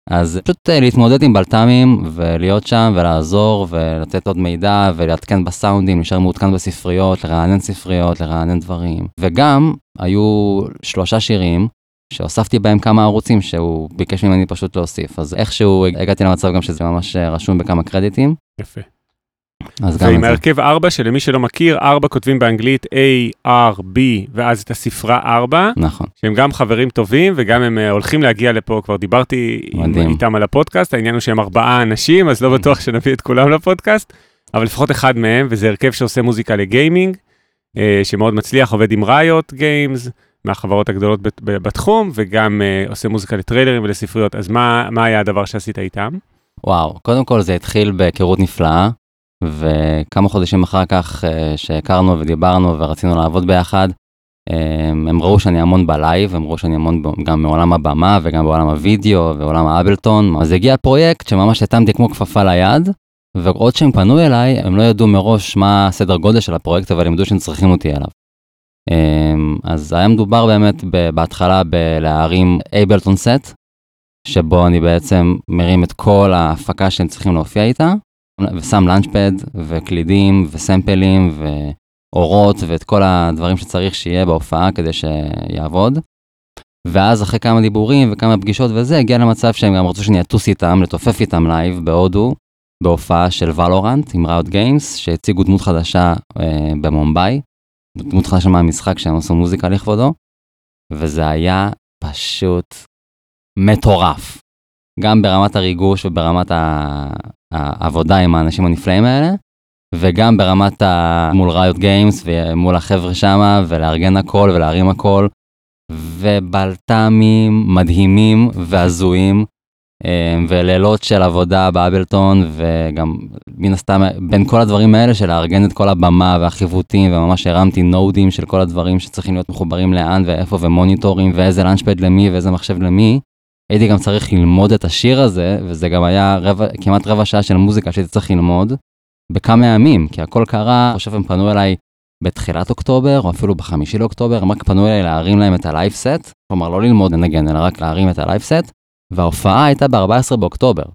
אז פשוט להתמודד עם בלטמים ולהיות שם ולעזור ולתת עוד מידע ולהתקן בסאונדים, נשאר מעודכן בספריות, לרענן ספריות, לרענן דברים. וגם היו 3 שירים שהוספתי בהם כמה ערוצים שהוא ביקש ממני פשוט להוסיף. אז איכשהו הגעתי למצב גם שזה ממש רשום בכמה קרדיטים. יפה. ועם ההרכב 4, שלמי שלא מכיר, 4 כותבים באנגלית A, R, B, ואז את הספרה 4. נכון. שהם גם חברים טובים, וגם הם הולכים להגיע לפה, כבר דיברתי איתם על הפודקאסט, העניין הוא שהם 4 אנשים, אז לא בטוח שנביא את כולם לפודקאסט, אבל לפחות אחד מהם, וזה הרכב שעושה מוזיקה לגיימינג, שמאוד מצליח, עובד עם ריוט גיימס, מהחברות הגדולות בתחום, וגם עושה מוזיקה לטריילרים ולספריות. אז מה היה הדבר שעשית איתם? וואו, קודם כל זה התחיל בהיכרות נפלאה, וכמה חודשים אחר כך שהכרנו ודיברנו ורצינו לעבוד ביחד, הם ראו שאני המון בלייב, הם ראו שאני המון גם מעולם הבמה וגם בעולם הוידאו ועולם האבלטון. אז הגיע פרויקט שממש התאמתי כמו כפפה ליד, ועוד שהם פנו אליי, הם לא ידעו מראש מה הסדר גודל של הפרויקט, אבל הם ידעו שהם צריכים אותי אליו. אז היה מדובר באמת בהתחלה להרים אבלטון סט, שבו אני בעצם מרים את כל ההפקה שהם צריכים להופיע איתה, ושם לנצ'פד וקלידים וסמפלים ואורות ואת כל הדברים שצריך שיהיה בהופעה כדי שיעבוד. ואז אחרי כמה דיבורים וכמה פגישות וזה, הגיע למצב שהם גם רצו שאני אטוס איתם, לתופף איתם לייב בהודו, בהופעה של ולורנט עם ראוט גיימס, שהציגו דמות חדשה במומביי, דמות חדשה מהמשחק שהם עשו מוזיקה לכבודו, וזה היה פשוט מטורף. גם ברמת הריגוש וברמת העבודה עם האנשים הנפלאים האלה, וגם ברמת מול ראוט גיימס ומול החבר'ה שמה, ולארגן הכל ולהרים הכל, ובלטמים מדהימים והזויים, ולילות של עבודה באבלטון, וגם מן הסתם בין כל הדברים האלה של לארגן את כל הבמה והחיוותים, וממש הרמתי נודים של כל הדברים שצריכים להיות מחוברים לאן ואיפה, ומוניטורים, ואיזה לנצ'פד למי ואיזה מחשב למי. הייתי גם צריך ללמוד את השיר הזה, וזה גם היה כמעט רבע שעה של מוזיקה שהייתי צריך ללמוד, בכמה ימים, כי הכל קרה, אני חושב הם פנו אליי בתחילת אוקטובר, או אפילו ב5 לאוקטובר, הם רק פנו אליי להרים להם את הלייב סט, כלומר לא ללמוד לנגן, אלא רק להרים את הלייב סט, וההופעה הייתה ב14 באוקטובר.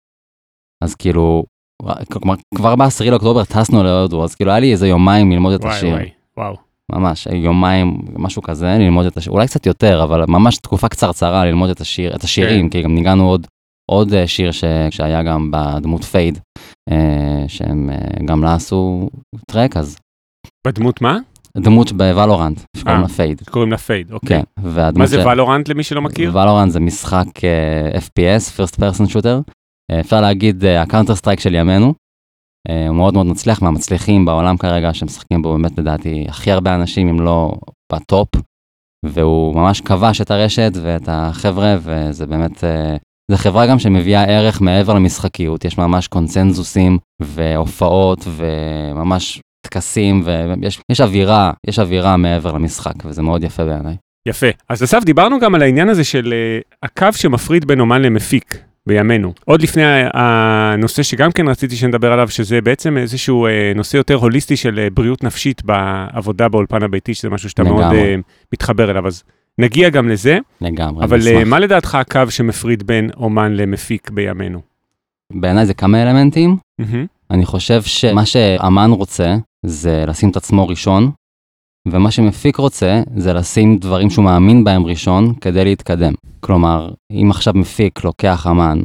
אז כאילו, כבר ב10 לאוקטובר טסנו להודו, אז כאילו היה לי איזה יומיים ללמוד את השיר. וואו. ממש, יומיים, משהו כזה, ללמוד את השיר, אולי קצת יותר, אבל ממש תקופה קצרצרה ללמוד את השירים, כי גם ניגענו עוד שיר שהיה גם בדמות פייד, שהם גם לה עשו טרק, אז... בדמות מה? דמות בוולורנט, שקוראים לה פייד. שקוראים לה פייד, אוקיי. כן, מה זה וולורנט למי שלא מכיר? וולורנט זה משחק FPS, First Person Shooter. אפשר להגיד הקאונטר סטרייק של ימינו. הוא מאוד מאוד מצליח, מהמצליחים בעולם כרגע שמשחקים בו באמת לדעתי הכי הרבה אנשים, אם לא בטופ. והוא ממש כבש את הרשת ואת החבר'ה, וזה באמת, זה חברה גם שמביאה ערך מעבר למשחקיות. יש ממש קונצנזוסים והופעות וממש טקסים, ויש אווירה מעבר למשחק, וזה מאוד יפה בעיניי. יפה. אז אסף, דיברנו גם על העניין הזה של הקו שמפריד בין אומן למפיק בימינו. עוד לפני הנושא שגם כן רציתי שנדבר עליו, שזה בעצם איזשהו נושא יותר הוליסטי של בריאות נפשית בעבודה באולפן הביתי, שזה משהו שאתה מאוד מתחבר אליו. אז נגיע גם לזה. לגמרי. אבל מה לדעתך הקו שמפריד בין אומן למפיק בימינו? בעיניי זה כמה אלמנטים. אני חושב שמה שאמן רוצה זה לשים את עצמו ראשון, ומה שמפיק רוצה זה לשים דברים שהוא מאמין בהם ראשון כדי להתקדם. כלומר, אם עכשיו מפיק לוקח אמן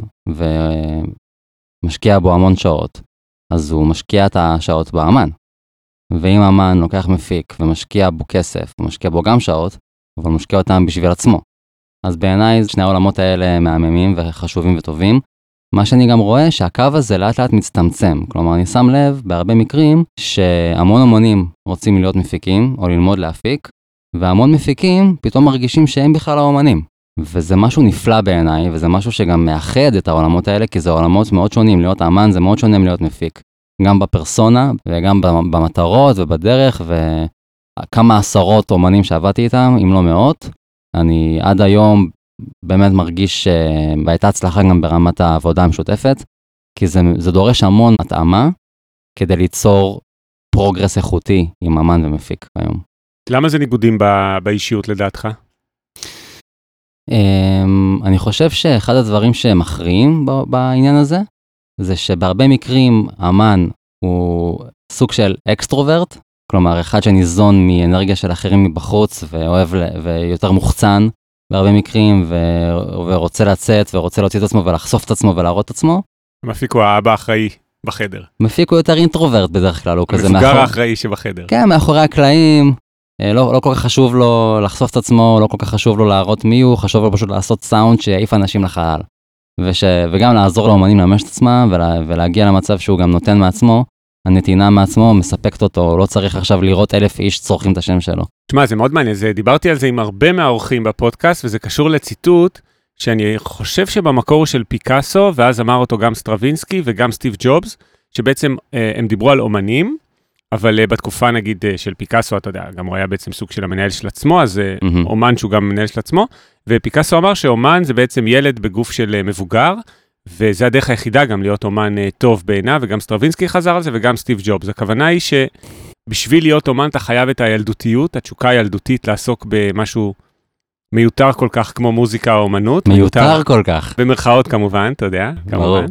ומשקיע בו המון שעות, אז הוא משקיע את השעות באמן. ואם אמן לוקח מפיק ומשקיע בו כסף, הוא משקיע בו גם שעות, אבל משקיע אותם בשביל עצמו. אז בעיניי שני העולמות האלה מהממים וחשובים וטובים. מה שאני גם רואה שהקו הזה לאט לאט מצטמצם. כלומר, אני שם לב בהרבה מקרים שהמון אומנים רוצים להיות מפיקים או ללמוד להפיק, והמון מפיקים פתאום מרגישים שהם בכלל האומנים. וזה משהו נפלא בעיניי, וזה משהו שגם מאחד את העולמות האלה, כי זה עולמות מאוד שונים. להיות אמן זה מאוד שונה מלהיות מפיק. גם בפרסונה וגם במטרות ובדרך, וכמה עשרות אומנים שעבדתי איתם, אם לא מאות. אני עד היום באמת מרגיש שהייתה הצלחה גם ברמת העבודה המשותפת, כי זה דורש המון התאמה כדי ליצור פרוגרס איכותי עם אמן ומפיק היום. למה זה ניגודים באישיות לדעתך? אני חושב שאחד הדברים שמכריעים בעניין הזה, זה שבהרבה מקרים אמן הוא סוג של אקסטרוברט, כלומר אחד שניזון מאנרגיה של אחרים מבחוץ ואוהב ויותר מוחצן בהרבה מקרים ורוצה לצאת ורוצה להוציא את עצמו ולחשוף את עצמו ולהראות את עצמו. מפיק הוא האבא האחראי בחדר. מפיק הוא יותר אינטרוברט בדרך כלל, הוא כזה המבוגר האחראי שבחדר. כן, מאחורי הקלעים. לא כל כך חשוב לו לחשוף את עצמו, לא כל כך חשוב לו להראות מי הוא, חשוב לו פשוט לעשות סאונד שיעיף אנשים לחלל. וגם לעזור לאומנים לממש את עצמם ולהגיע למצב שהוא גם נותן מעצמו, הנתינה מעצמו מספקת אותו, לא צריך עכשיו לראות 1,000 איש צורכים את השם שלו. תשמע, זה מאוד מעניין, דיברתי על זה עם הרבה מהאורחים בפודקאסט, וזה קשור לציטוט שאני חושב שבמקור הוא של פיקאסו, ואז אמר אותו גם סטרווינסקי וגם סטיב ג'ובס, שבעצם הם דיברו על אומנים, אבל בתקופה נגיד של פיקאסו, אתה יודע, גם הוא היה בעצם סוג של המנהל של עצמו, אז אומן שהוא גם מנהל של עצמו, ופיקאסו אמר שאומן זה בעצם ילד בגוף של מבוגר, וזה הדרך היחידה גם להיות אומן טוב בעיניו, וגם סטרווינסקי חזר על זה, וגם סטיב ג'ובס. הכוונה היא שבשביל להיות אומן אתה חייב את הילדותיות, התשוקה הילדותית לעסוק במשהו מיותר כל כך כמו מוזיקה או אומנות. מיותר כל כך. במרכאות כמובן, אתה יודע, כמובן.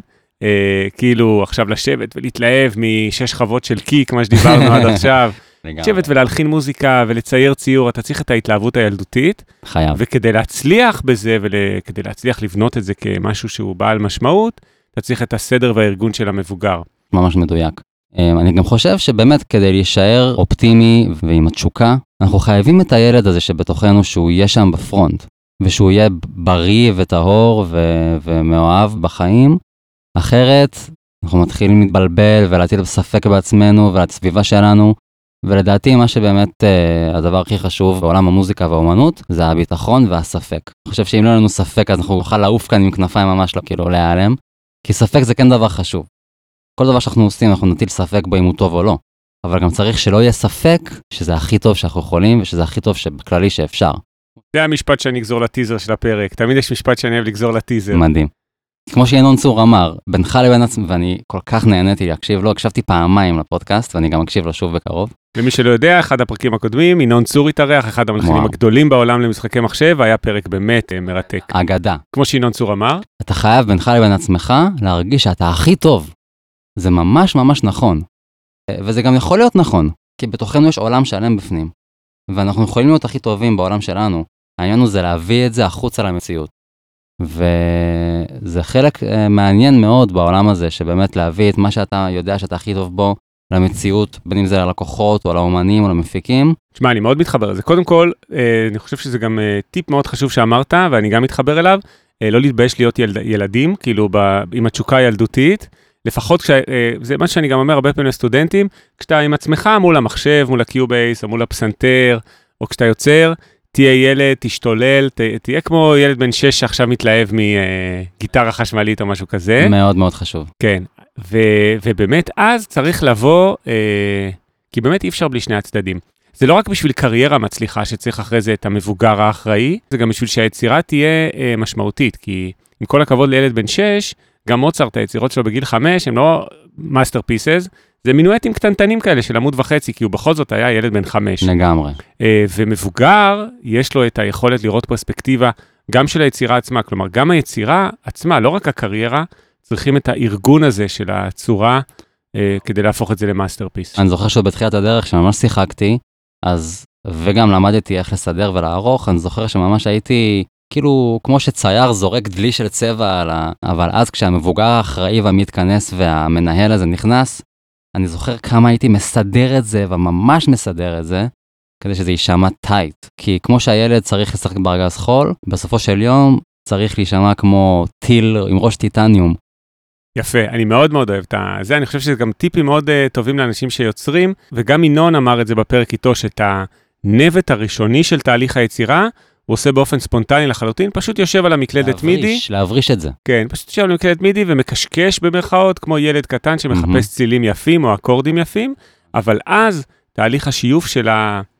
כאילו עכשיו לשבת ולהתלהב משש שכבות של קיק, מה שדיברנו עד עכשיו. לשבת ולהלחין מוזיקה ולצייר ציור, אתה צריך את ההתלהבות הילדותית. חייב. וכדי להצליח בזה, וכדי להצליח לבנות את זה כמשהו שהוא בעל משמעות, אתה צריך את הסדר והארגון של המבוגר. ממש מדויק. אני גם חושב שבאמת כדי להישאר אופטימי ועם התשוקה, אנחנו חייבים את הילד הזה שבתוכנו שהוא יהיה שם בפרונט, ושהוא יהיה בריא וטהור ומאוהב בחיים. אחרת אנחנו מתחילים להתבלבל ולהטיל בספק בעצמנו ולסביבה שלנו, ולדעתי מה שבאמת הדבר הכי חשוב בעולם המוזיקה והאומנות זה הביטחון והספק. אני חושב שאם לא לנו ספק אז אנחנו נוכל לעוף כאן עם כנפיים ממש לא כאילו להיעלם, כי ספק זה כן דבר חשוב. כל דבר שאנחנו עושים אנחנו נטיל ספק בו אם הוא טוב או לא, אבל גם צריך שלא יהיה ספק שזה הכי טוב שאנחנו יכולים ושזה הכי טוב בכללי שאפשר. זה המשפט שאני אגזור לטיזר של הפרק, תמיד יש משפט שאני אוהב לגזור לטיזר. מדהים. כמו שינון צור אמר, בינך לבין עצמי, ואני כל כך נהניתי להקשיב לו, הקשבתי פעמיים לפודקאסט, ואני גם אקשיב לו שוב בקרוב. למי שלא יודע, אחד הפרקים הקודמים, ינון צור התארח, אחד המלחינים הגדולים בעולם למשחקי מחשב, והיה פרק באמת מרתק. אגדה. כמו שינון צור אמר. אתה חייב בינך לבין עצמך להרגיש שאתה הכי טוב. זה ממש ממש נכון. וזה גם יכול להיות נכון, כי בתוכנו יש עולם שלם בפנים, ואנחנו יכולים להיות הכי טובים בעולם שלנו. העניין הוא זה להביא את זה החוצה למציאות. וזה חלק מעניין מאוד בעולם הזה, שבאמת להביא את מה שאתה יודע שאתה הכי טוב בו למציאות, בין אם זה ללקוחות או לאומנים או למפיקים. תשמע, אני מאוד מתחבר לזה. קודם כל, אני חושב שזה גם טיפ מאוד חשוב שאמרת, ואני גם מתחבר אליו, לא להתבייש להיות ילדים, כאילו עם התשוקה הילדותית, לפחות, זה מה שאני גם אומר הרבה פעמים לסטודנטים, כשאתה עם עצמך מול המחשב, מול הקיובייס, או מול הפסנתר, או כשאתה יוצר, תהיה ילד, תשתולל, תהיה כמו ילד בן 6 שעכשיו מתלהב מגיטרה חשמלית או משהו כזה. מאוד מאוד חשוב. כן, ובאמת אז צריך לבוא, כי באמת אי אפשר בלי שני הצדדים. זה לא רק בשביל קריירה מצליחה שצריך אחרי זה את המבוגר האחראי, זה גם בשביל שהיצירה תהיה משמעותית, כי עם כל הכבוד לילד בן 6, גם מוצרט, היצירות שלו בגיל 5, הם לא מאסטרפיסס, זה מינואטים קטנטנים כאלה של עמוד וחצי, כי הוא בכל זאת היה ילד בן 5. לגמרי. ומבוגר, יש לו את היכולת לראות פרספקטיבה גם של היצירה עצמה, כלומר, גם היצירה עצמה, לא רק הקריירה, צריכים את הארגון הזה של הצורה, כדי להפוך את זה למאסטרפיס. אני זוכר שבתחילת הדרך, שממש שיחקתי, אז, וגם למדתי איך לסדר ולערוך, אני זוכר שממש הייתי, כאילו, כמו שצייר זורק דלי של צבע, אבל אז כשהמבוגר האחראי והמתכנס והמנהל הזה נכנס, אני זוכר כמה הייתי מסדר את זה, וממש מסדר את זה, כדי שזה יישמע טייט. כי כמו שהילד צריך לשחק בארגז חול, בסופו של יום צריך להישמע כמו טיל עם ראש טיטניום. יפה, אני מאוד מאוד אוהב את זה, אני חושב שזה גם טיפים מאוד טובים לאנשים שיוצרים, וגם ינון אמר את זה בפרק איתו, שאת הנבט הראשוני של תהליך היצירה, הוא עושה באופן ספונטני לחלוטין, פשוט יושב על המקלדת מידי. להבריש את זה. כן, פשוט יושב על המקלדת מידי ומקשקש במרכאות, כמו ילד קטן שמחפש צילים יפים או אקורדים יפים, אבל אז תהליך השיוף של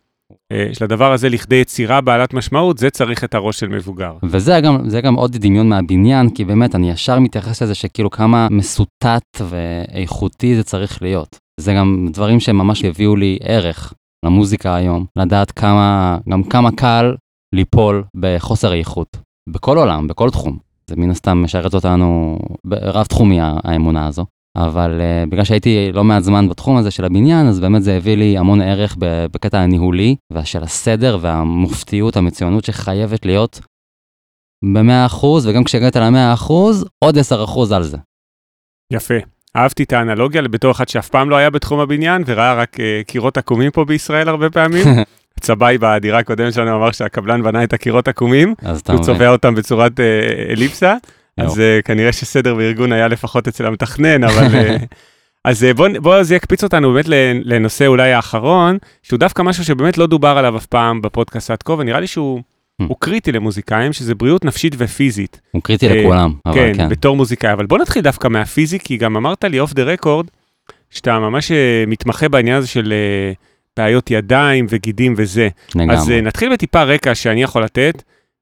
הדבר הזה לכדי יצירה בעלת משמעות, זה צריך את הראש של מבוגר. וזה גם עוד דמיון מהבניין, כי באמת אני ישר מתייחס לזה שכאילו כמה מסוטט ואיכותי זה צריך להיות. זה גם דברים שממש הביאו לי ערך למוזיקה היום, לדעת כמה קל ליפול בחוסר איכות. בכל עולם, בכל תחום. זה מן הסתם משרת אותנו ברב תחומי האמונה הזו. אבל בגלל שהייתי לא מעט זמן בתחום הזה של הבניין, אז באמת זה הביא לי המון ערך בקטע הניהולי, ושל הסדר והמופתיות, המצוינות שחייבת להיות ב100%, וגם כשהגעת ל100%, עוד 10% על זה. יפה. אהבתי את האנלוגיה בתור אחד שאף פעם לא היה בתחום הבניין, וראה רק קירות עקומים פה בישראל הרבה פעמים. צבאי בדירה הקודמת שלנו אמר שהקבלן בנה את הקירות עקומים, הוא צובע אותם בצורת אליפסה, אז כנראה שסדר וארגון היה לפחות אצל המתכנן, אבל... אז בוא זה יקפיץ אותנו באמת לנושא אולי האחרון, שהוא דווקא משהו שבאמת לא דובר עליו אף פעם בפודקאסט עד כה, ונראה לי שהוא קריטי למוזיקאים, שזה בריאות נפשית ופיזית. הוא קריטי לכולם, אבל כן. כן, בתור מוזיקאי, אבל בוא נתחיל דווקא מהפיזי, כי גם אמרת לי אוף דה רקורד, שאתה ממש מתמחה בעניין הזה של בעיות ידיים וגידים וזה. אז נתחיל בטיפה רקע שאני יכול לתת,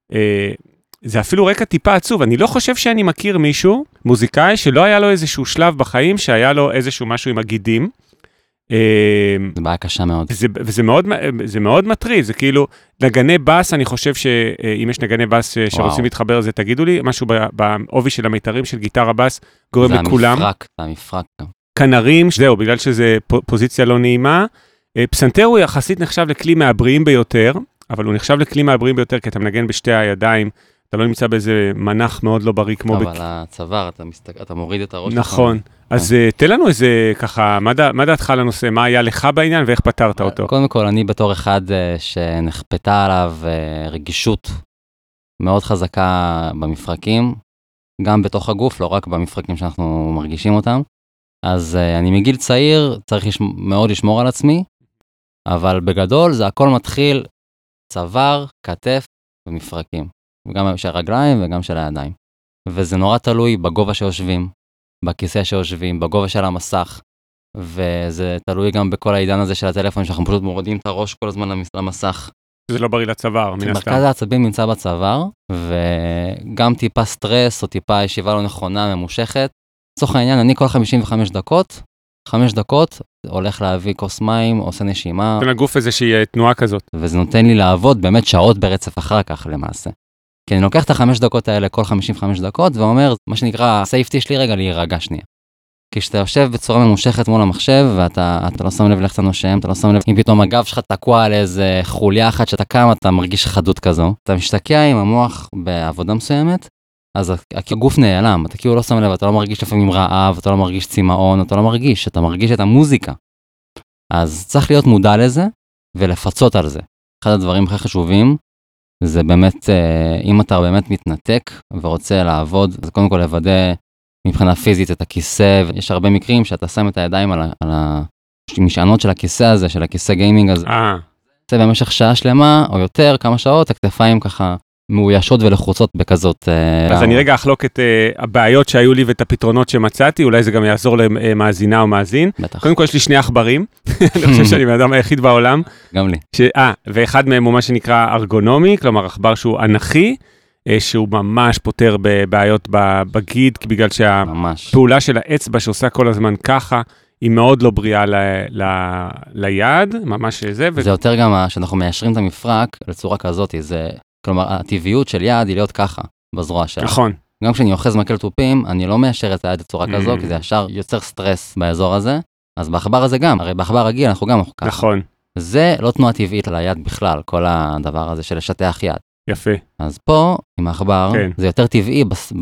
זה אפילו רקע טיפה עצוב, אני לא חושב שאני מכיר מישהו, מוזיקאי, שלא היה לו איזשהו שלב בחיים, שהיה לו איזשהו משהו עם הגידים. זה בעיה קשה מאוד. וזה מאוד מטריד, זה כאילו, נגני בס, אני חושב שאם יש נגני בס שרוצים להתחבר לזה, תגידו לי, משהו בעובי של המיתרים של גיטרה בס, גורם לכולם. זה המפרק גם. כנרים, זהו, בגלל שזה פוזיציה לא נעימה, פסנתר הוא יחסית נחשב לכלי מהבריאים ביותר, אבל הוא נחשב לכלי מהבריאים ביותר, כי אתה מנגן בשתי הידיים, אתה לא נמצא באיזה מנח מאוד לא בריא כמו... אבל הצוואר, אתה מוריד את הראש. נכון. אז תן לנו איזה ככה, מה דעתך על הנושא? מה היה לך בעניין ואיך פתרת אותו? קודם כל, אני בתור אחד שנחפתה עליו רגישות מאוד חזקה במפרקים, גם בתוך הגוף, לא רק במפרקים שאנחנו מרגישים אותם. אז אני מגיל צעיר צריך מאוד לשמור על עצמי, אבל בגדול זה הכל מתחיל צוואר, כתף ומפרקים. גם של הרגליים וגם של הידיים. וזה נורא תלוי בגובה שיושבים, בכיסא שיושבים, בגובה של המסך, וזה תלוי גם בכל העידן הזה של הטלפון, שאנחנו פשוט מורידים את הראש כל הזמן למסך. זה לא בריא לצוואר, מן הסתם. מרכז העצבים נמצא בצוואר, וגם טיפה סטרס או טיפה ישיבה לא נכונה, ממושכת. לצורך העניין, אני כל 55 דקות, 5 דקות, הולך להביא כוס מים, עושה נשימה. נותן לגוף איזושהי תנועה כזאת. וזה נותן לי לעבוד באמת שעות ברצף אחר כך למעשה. כי אני לוקח את ה5 דקות האלה כל 55 דקות, ואומר, מה שנקרא, הסייפטי שלי רגע להירגע שנייה. כי כשאתה יושב בצורה ממושכת מול המחשב, ואתה לא שם לב לך אתה נושם, אתה לא שם לב, אם פתאום הגב שלך תקוע על איזה חוליה אחת שאתה קם, אתה מרגיש חדות כזו. אתה משתקע עם המוח בעבודה מסוימת, אז הגוף נעלם, אתה כאילו לא שם לב, אתה לא מרגיש לפעמים רעב, אתה לא מרגיש צימאון, אתה לא מרגיש, אתה מרגיש את המוזיקה. אז צריך להיות מודע לזה, ולפצות על זה. אחד הדברים הכי חשובים, זה באמת, אם אתה באמת מתנתק ורוצה לעבוד, אז קודם כל לוודא מבחינה פיזית את הכיסא, ויש הרבה מקרים שאתה שם את הידיים על המשענות של הכיסא הזה, של הכיסא גיימינג הזה. זה במשך שעה שלמה או יותר, כמה שעות, הכתפיים ככה מאוישות ולחוצות בכזאת. אז אני רגע אחלוק את הבעיות שהיו לי ואת הפתרונות שמצאתי, אולי זה גם יעזור למאזינה או מאזין. בטח. קודם כל יש לי 2 עכברים, אני חושב שאני האדם היחיד בעולם. גם לי. ואחד מהם הוא מה שנקרא ארגונומי, כלומר עכבר שהוא אנכי, שהוא ממש פותר בבעיות בגיד, בגלל שהפעולה של האצבע שעושה כל הזמן ככה, היא מאוד לא בריאה ליד, ממש זה. זה יותר גם שאנחנו מיישרים את המפרק לצורה כזאת, זה... כלומר, הטבעיות של יד היא להיות ככה, בזרוע שלה. נכון. גם כשאני אוחז מקל תופים, אני לא מיישר את היד בצורה כזו, כי זה ישר יוצר סטרס באזור הזה. אז בעכבר הזה גם, הרי בעכבר רגיל אנחנו גם ככה. נכון. זה לא תנועה טבעית על היד בכלל, כל הדבר הזה של לשטח יד. יפה. אז פה, עם העכבר, זה יותר טבעי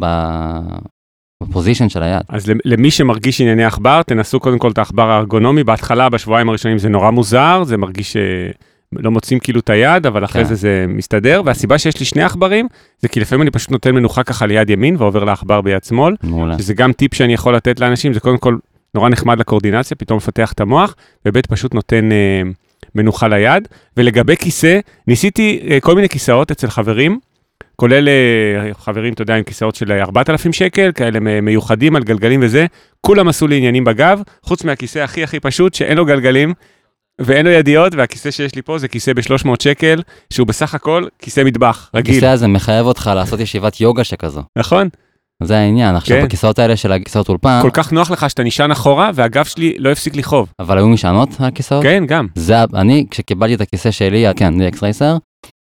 בפוזישן של היד. אז למי שמרגיש ענייני עכבר, תנסו קודם כל את העכבר הארגונומי. בהתחלה, בשבועיים הראשונים זה נורא מוזר, זה מרגיש לא מוצאים כאילו את היד, אבל אחרי זה מסתדר, והסיבה שיש לי 2 עכברים, זה כי לפעמים אני פשוט נותן מנוחה ככה ליד ימין, ועובר לעכבר ביד שמאל, שזה גם טיפ שאני יכול לתת לאנשים, זה קודם כל נורא נחמד לקורדינציה, פתאום מפתח את המוח, ובית פשוט נותן מנוחה ליד, ולגבי כיסא, ניסיתי כל מיני כיסאות אצל חברים, כולל חברים, אתה יודע, עם כיסאות של 4,000 שקל, כאלה מיוחדים על גלגלים וזה, כולם עשו לי עניינים בגב, חוץ מהכיסא הכי פשוט, שאין לו גלגלים, ואין לו ידיות, והכיסא שיש לי פה זה כיסא ב-300 שקל, שהוא בסך הכל כיסא מטבח, רגיל. הכיסא הזה מחייב אותך לעשות ישיבת יוגה שכזו. נכון. זה העניין, עכשיו בכיסאות האלה של הכיסאות אולפן. כל כך נוח לך שאתה נשען אחורה, והגב שלי לא הפסיק לכאוב. אבל היו משענות הכיסאות? כן, גם. אני, כשקיבלתי את הכיסא שלי, כן, DX Racer,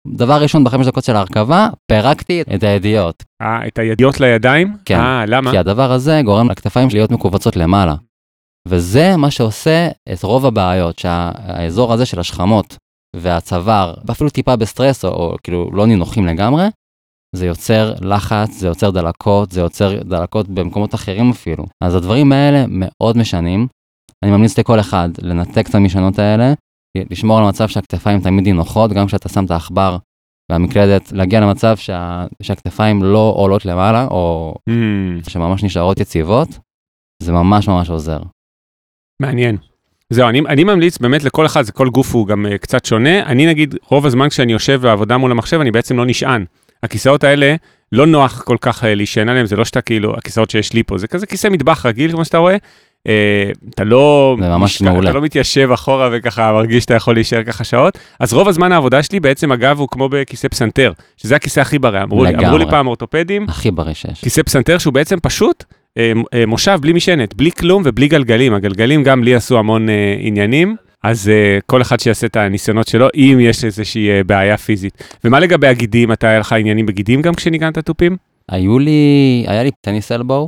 דבר ראשון, ב5 דקות של ההרכבה, פירקתי את הידיות. את הידיות לידיים? כן. למה? כי הדבר הזה גורם לכתפיים להיות מקובצות למעלה. וזה מה שעושה את רוב הבעיות, שהאזור הזה של השכמות והצוואר, ואפילו טיפה בסטרס, או כאילו לא נינוחים לגמרי, זה יוצר לחץ, זה יוצר דלקות, זה יוצר דלקות במקומות אחרים אפילו. אז הדברים האלה מאוד משנים. אני ממליץ לכל אחד לנתק את המשנות האלה, לשמור על המצב שהכתפיים תמיד נינוחות, גם כשאתה שם את העכבר והמקלדת, להגיע למצב שהכתפיים לא עולות למעלה, או שממש נשארות יציבות, זה ממש ממש עוזר. מעניין. זהו, אני ממליץ באמת לכל אחד, זה כל גוף הוא גם קצת שונה. אני נגיד, רוב הזמן כשאני יושב בעבודה מול המחשב, אני בעצם לא נשען. הכיסאות האלה לא נוח כל כך להישען עליהם, זה לא שאתה כאילו, הכיסאות שיש לי פה, זה כזה כיסא מטבח רגיל, כמו שאתה רואה. אתה לא מתיישב אחורה וככה מרגיש שאתה יכול להישאר ככה שעות. אז רוב הזמן העבודה שלי בעצם, אגב, הוא כמו בכיסא פסנתר, שזה הכיסא הכי בריא. אמרו לי פעם אורתופדים, הכי בריא שיש. כיסא פסנתר שהוא בעצם פשוט מושב בלי משענת, בלי כלום ובלי גלגלים. הגלגלים גם לי עשו המון עניינים, אז כל אחד שיעשה את הניסיונות שלו, אם יש איזושהי בעיה פיזית. ומה לגבי הגידים? היה לך עניינים בגידים גם כשניגנת תופים? היה לי טניס אלבו,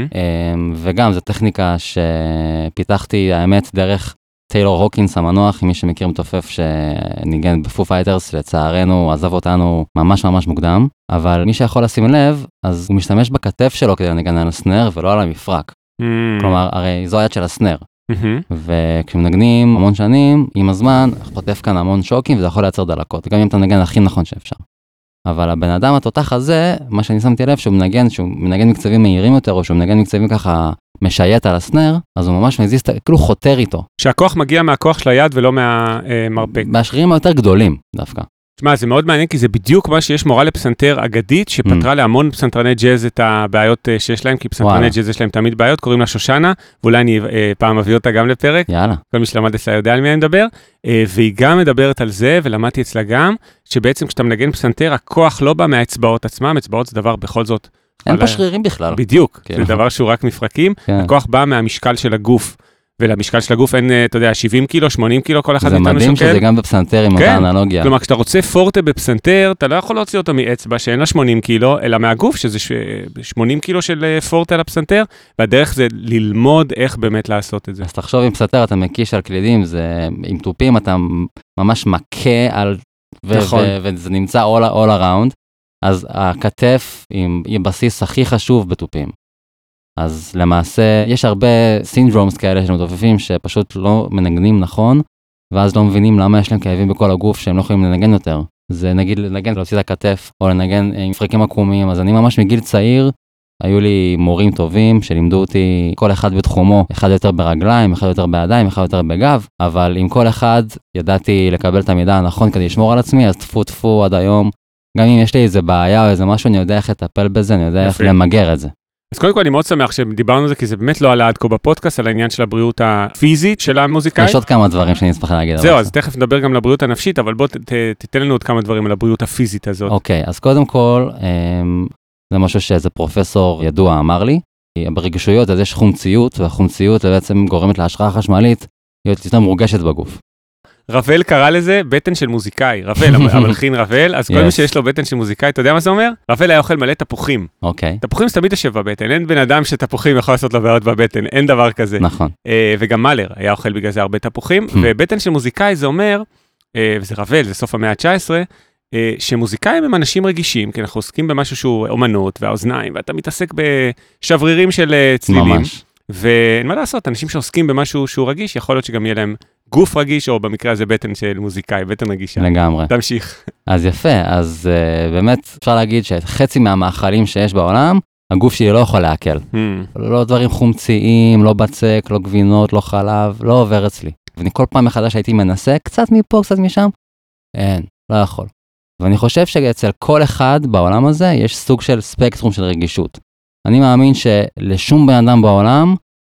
וגם זו טכניקה שפיתחתי, האמת, דרך טיילור הוקינס המנוח, מי שמכיר מתופף שניגן בפו פייטרס, לצערנו עזב אותנו ממש ממש מוקדם, אבל מי שיכול לשים לב, אז הוא משתמש בכתף שלו כדי לנגן על הסנר ולא על המפרק. כלומר, הרי זו היד של הסנר. וכשמנגנים המון שנים, עם הזמן, חוטף כאן המון שוקים וזה יכול לייצר דלקות, גם אם אתה מנגן הכי נכון שאפשר. אבל הבן אדם התותח הזה, מה שאני שמתי לב, שהוא מנגן מקצבים מהירים יותר, או שהוא מנגן מקצבים ככה משייט על הסנר, אז הוא ממש מזיז, כאילו חותר איתו. שהכוח מגיע מהכוח של היד ולא מהמרפק. מהשרירים היותר גדולים דווקא. תשמע, זה מאוד מעניין, כי זה בדיוק מה שיש מורה לפסנתר אגדית, שפתרה להמון פסנתרני ג'אז את הבעיות שיש להם, כי פסנתרני ג'אז יש להם תמיד בעיות, קוראים לה שושנה, ואולי אני פעם אביא אותה גם לפרק. יאללה. כל מי שלמד אצלה יודע על מי אני מדבר, והיא גם מדברת על זה, ולמדתי אצלה גם, שבעצם כשאתה מנגן פסנתר, הכוח לא בא מהאצבעות עצמם, אצבעות זה דבר בכל זאת. אין פה שרירים בכלל. בדיוק, זה דבר שהוא רק מפרקים, הכוח בא מהמשקל של הגוף. ולמשקל של הגוף אין, אתה יודע, 70 קילו, 80 קילו, כל אחד מאיתנו שוקל. זה מדהים שזה גם בפסנתר עם אותה אנלוגיה. כלומר, כשאתה רוצה פורטה בפסנתר, אתה לא יכול להוציא אותו מאצבע שאין לה 80 קילו, אלא מהגוף, שזה 80 קילו של פורטה לפסנתר, והדרך זה ללמוד איך באמת לעשות את זה. אז תחשוב עם פסנתר, אתה מקיש על קלידים, עם טופים אתה ממש מכה על, וזה נמצא all around, אז הכתף היא בסיס הכי חשוב בטופים. אז למעשה, יש הרבה סינדרומס כאלה של מתופפים שפשוט לא מנגנים נכון, ואז לא מבינים למה יש להם כאבים בכל הגוף שהם לא יכולים לנגן יותר. זה נגיד לנגן, להוציא את הכתף, או לנגן עם מפרקים עקומים. אז אני ממש מגיל צעיר, היו לי מורים טובים שלימדו אותי כל אחד בתחומו, אחד יותר ברגליים, אחד יותר בידיים, אחד יותר בגב, אבל עם כל אחד ידעתי לקבל את המידע הנכון כדי לשמור על עצמי, אז טפו עד היום. גם אם יש לי איזה בעיה או איזה משהו, אני יודע איך לטפל בזה, אני יודע איך למגר את זה. אז קודם כל אני מאוד שמח שדיברנו על זה, כי זה באמת לא עלה עד כה בפודקאסט, על העניין של הבריאות הפיזית של המוזיקאי. יש עוד כמה דברים שאני אשמח להגיד. זהו, אז תכף נדבר גם לבריאות הנפשית, אבל בוא תתן לנו עוד כמה דברים על הבריאות הפיזית הזאת. אוקיי, אז קודם כל, זה משהו שאיזה פרופסור ידוע אמר לי, ברגישויות אז יש חומציות, והחומציות בעצם גורמת להשראה חשמלית, להיות יותר מורגשת בגוף. רבל קרא לזה בטן של מוזיקאי, רבל, המלחין רבל, אז כל מי שיש לו בטן של מוזיקאי, אתה יודע מה זה אומר? רבל היה אוכל מלא תפוחים. אוקיי. תפוחים זה תמיד יושב בבטן, אין בן אדם שתפוחים יכול לעשות לו בעיות בבטן, אין דבר כזה. נכון. וגם מאלר היה אוכל בגלל זה הרבה תפוחים, ובטן של מוזיקאי זה אומר, וזה רבל, זה סוף המאה ה-19, שמוזיקאים הם אנשים רגישים, כי אנחנו עוסקים במשהו שהוא אומנות והאוזניים, ואתה מתעסק בשברירים של צלילים. ממש. ואין מה לעשות, אנשים שעוסקים במשהו שהוא רגיש, יכול להיות שגם יהיה להם גוף רגיש, או במקרה הזה בטן של מוזיקאי, בטן רגישה. לגמרי. תמשיך. אז יפה, אז באמת אפשר להגיד שחצי מהמאכלים שיש בעולם, הגוף שלי לא יכול להקל. לא דברים חומציים, לא בצק, לא גבינות, לא חלב, לא עובר אצלי. ואני כל פעם מחדש הייתי מנסה, קצת מפה, קצת משם, אין, לא יכול. ואני חושב שאצל כל אחד בעולם הזה, יש סוג של ספקטרום של רגישות. אני מאמין שלשום בן אדם בעולם,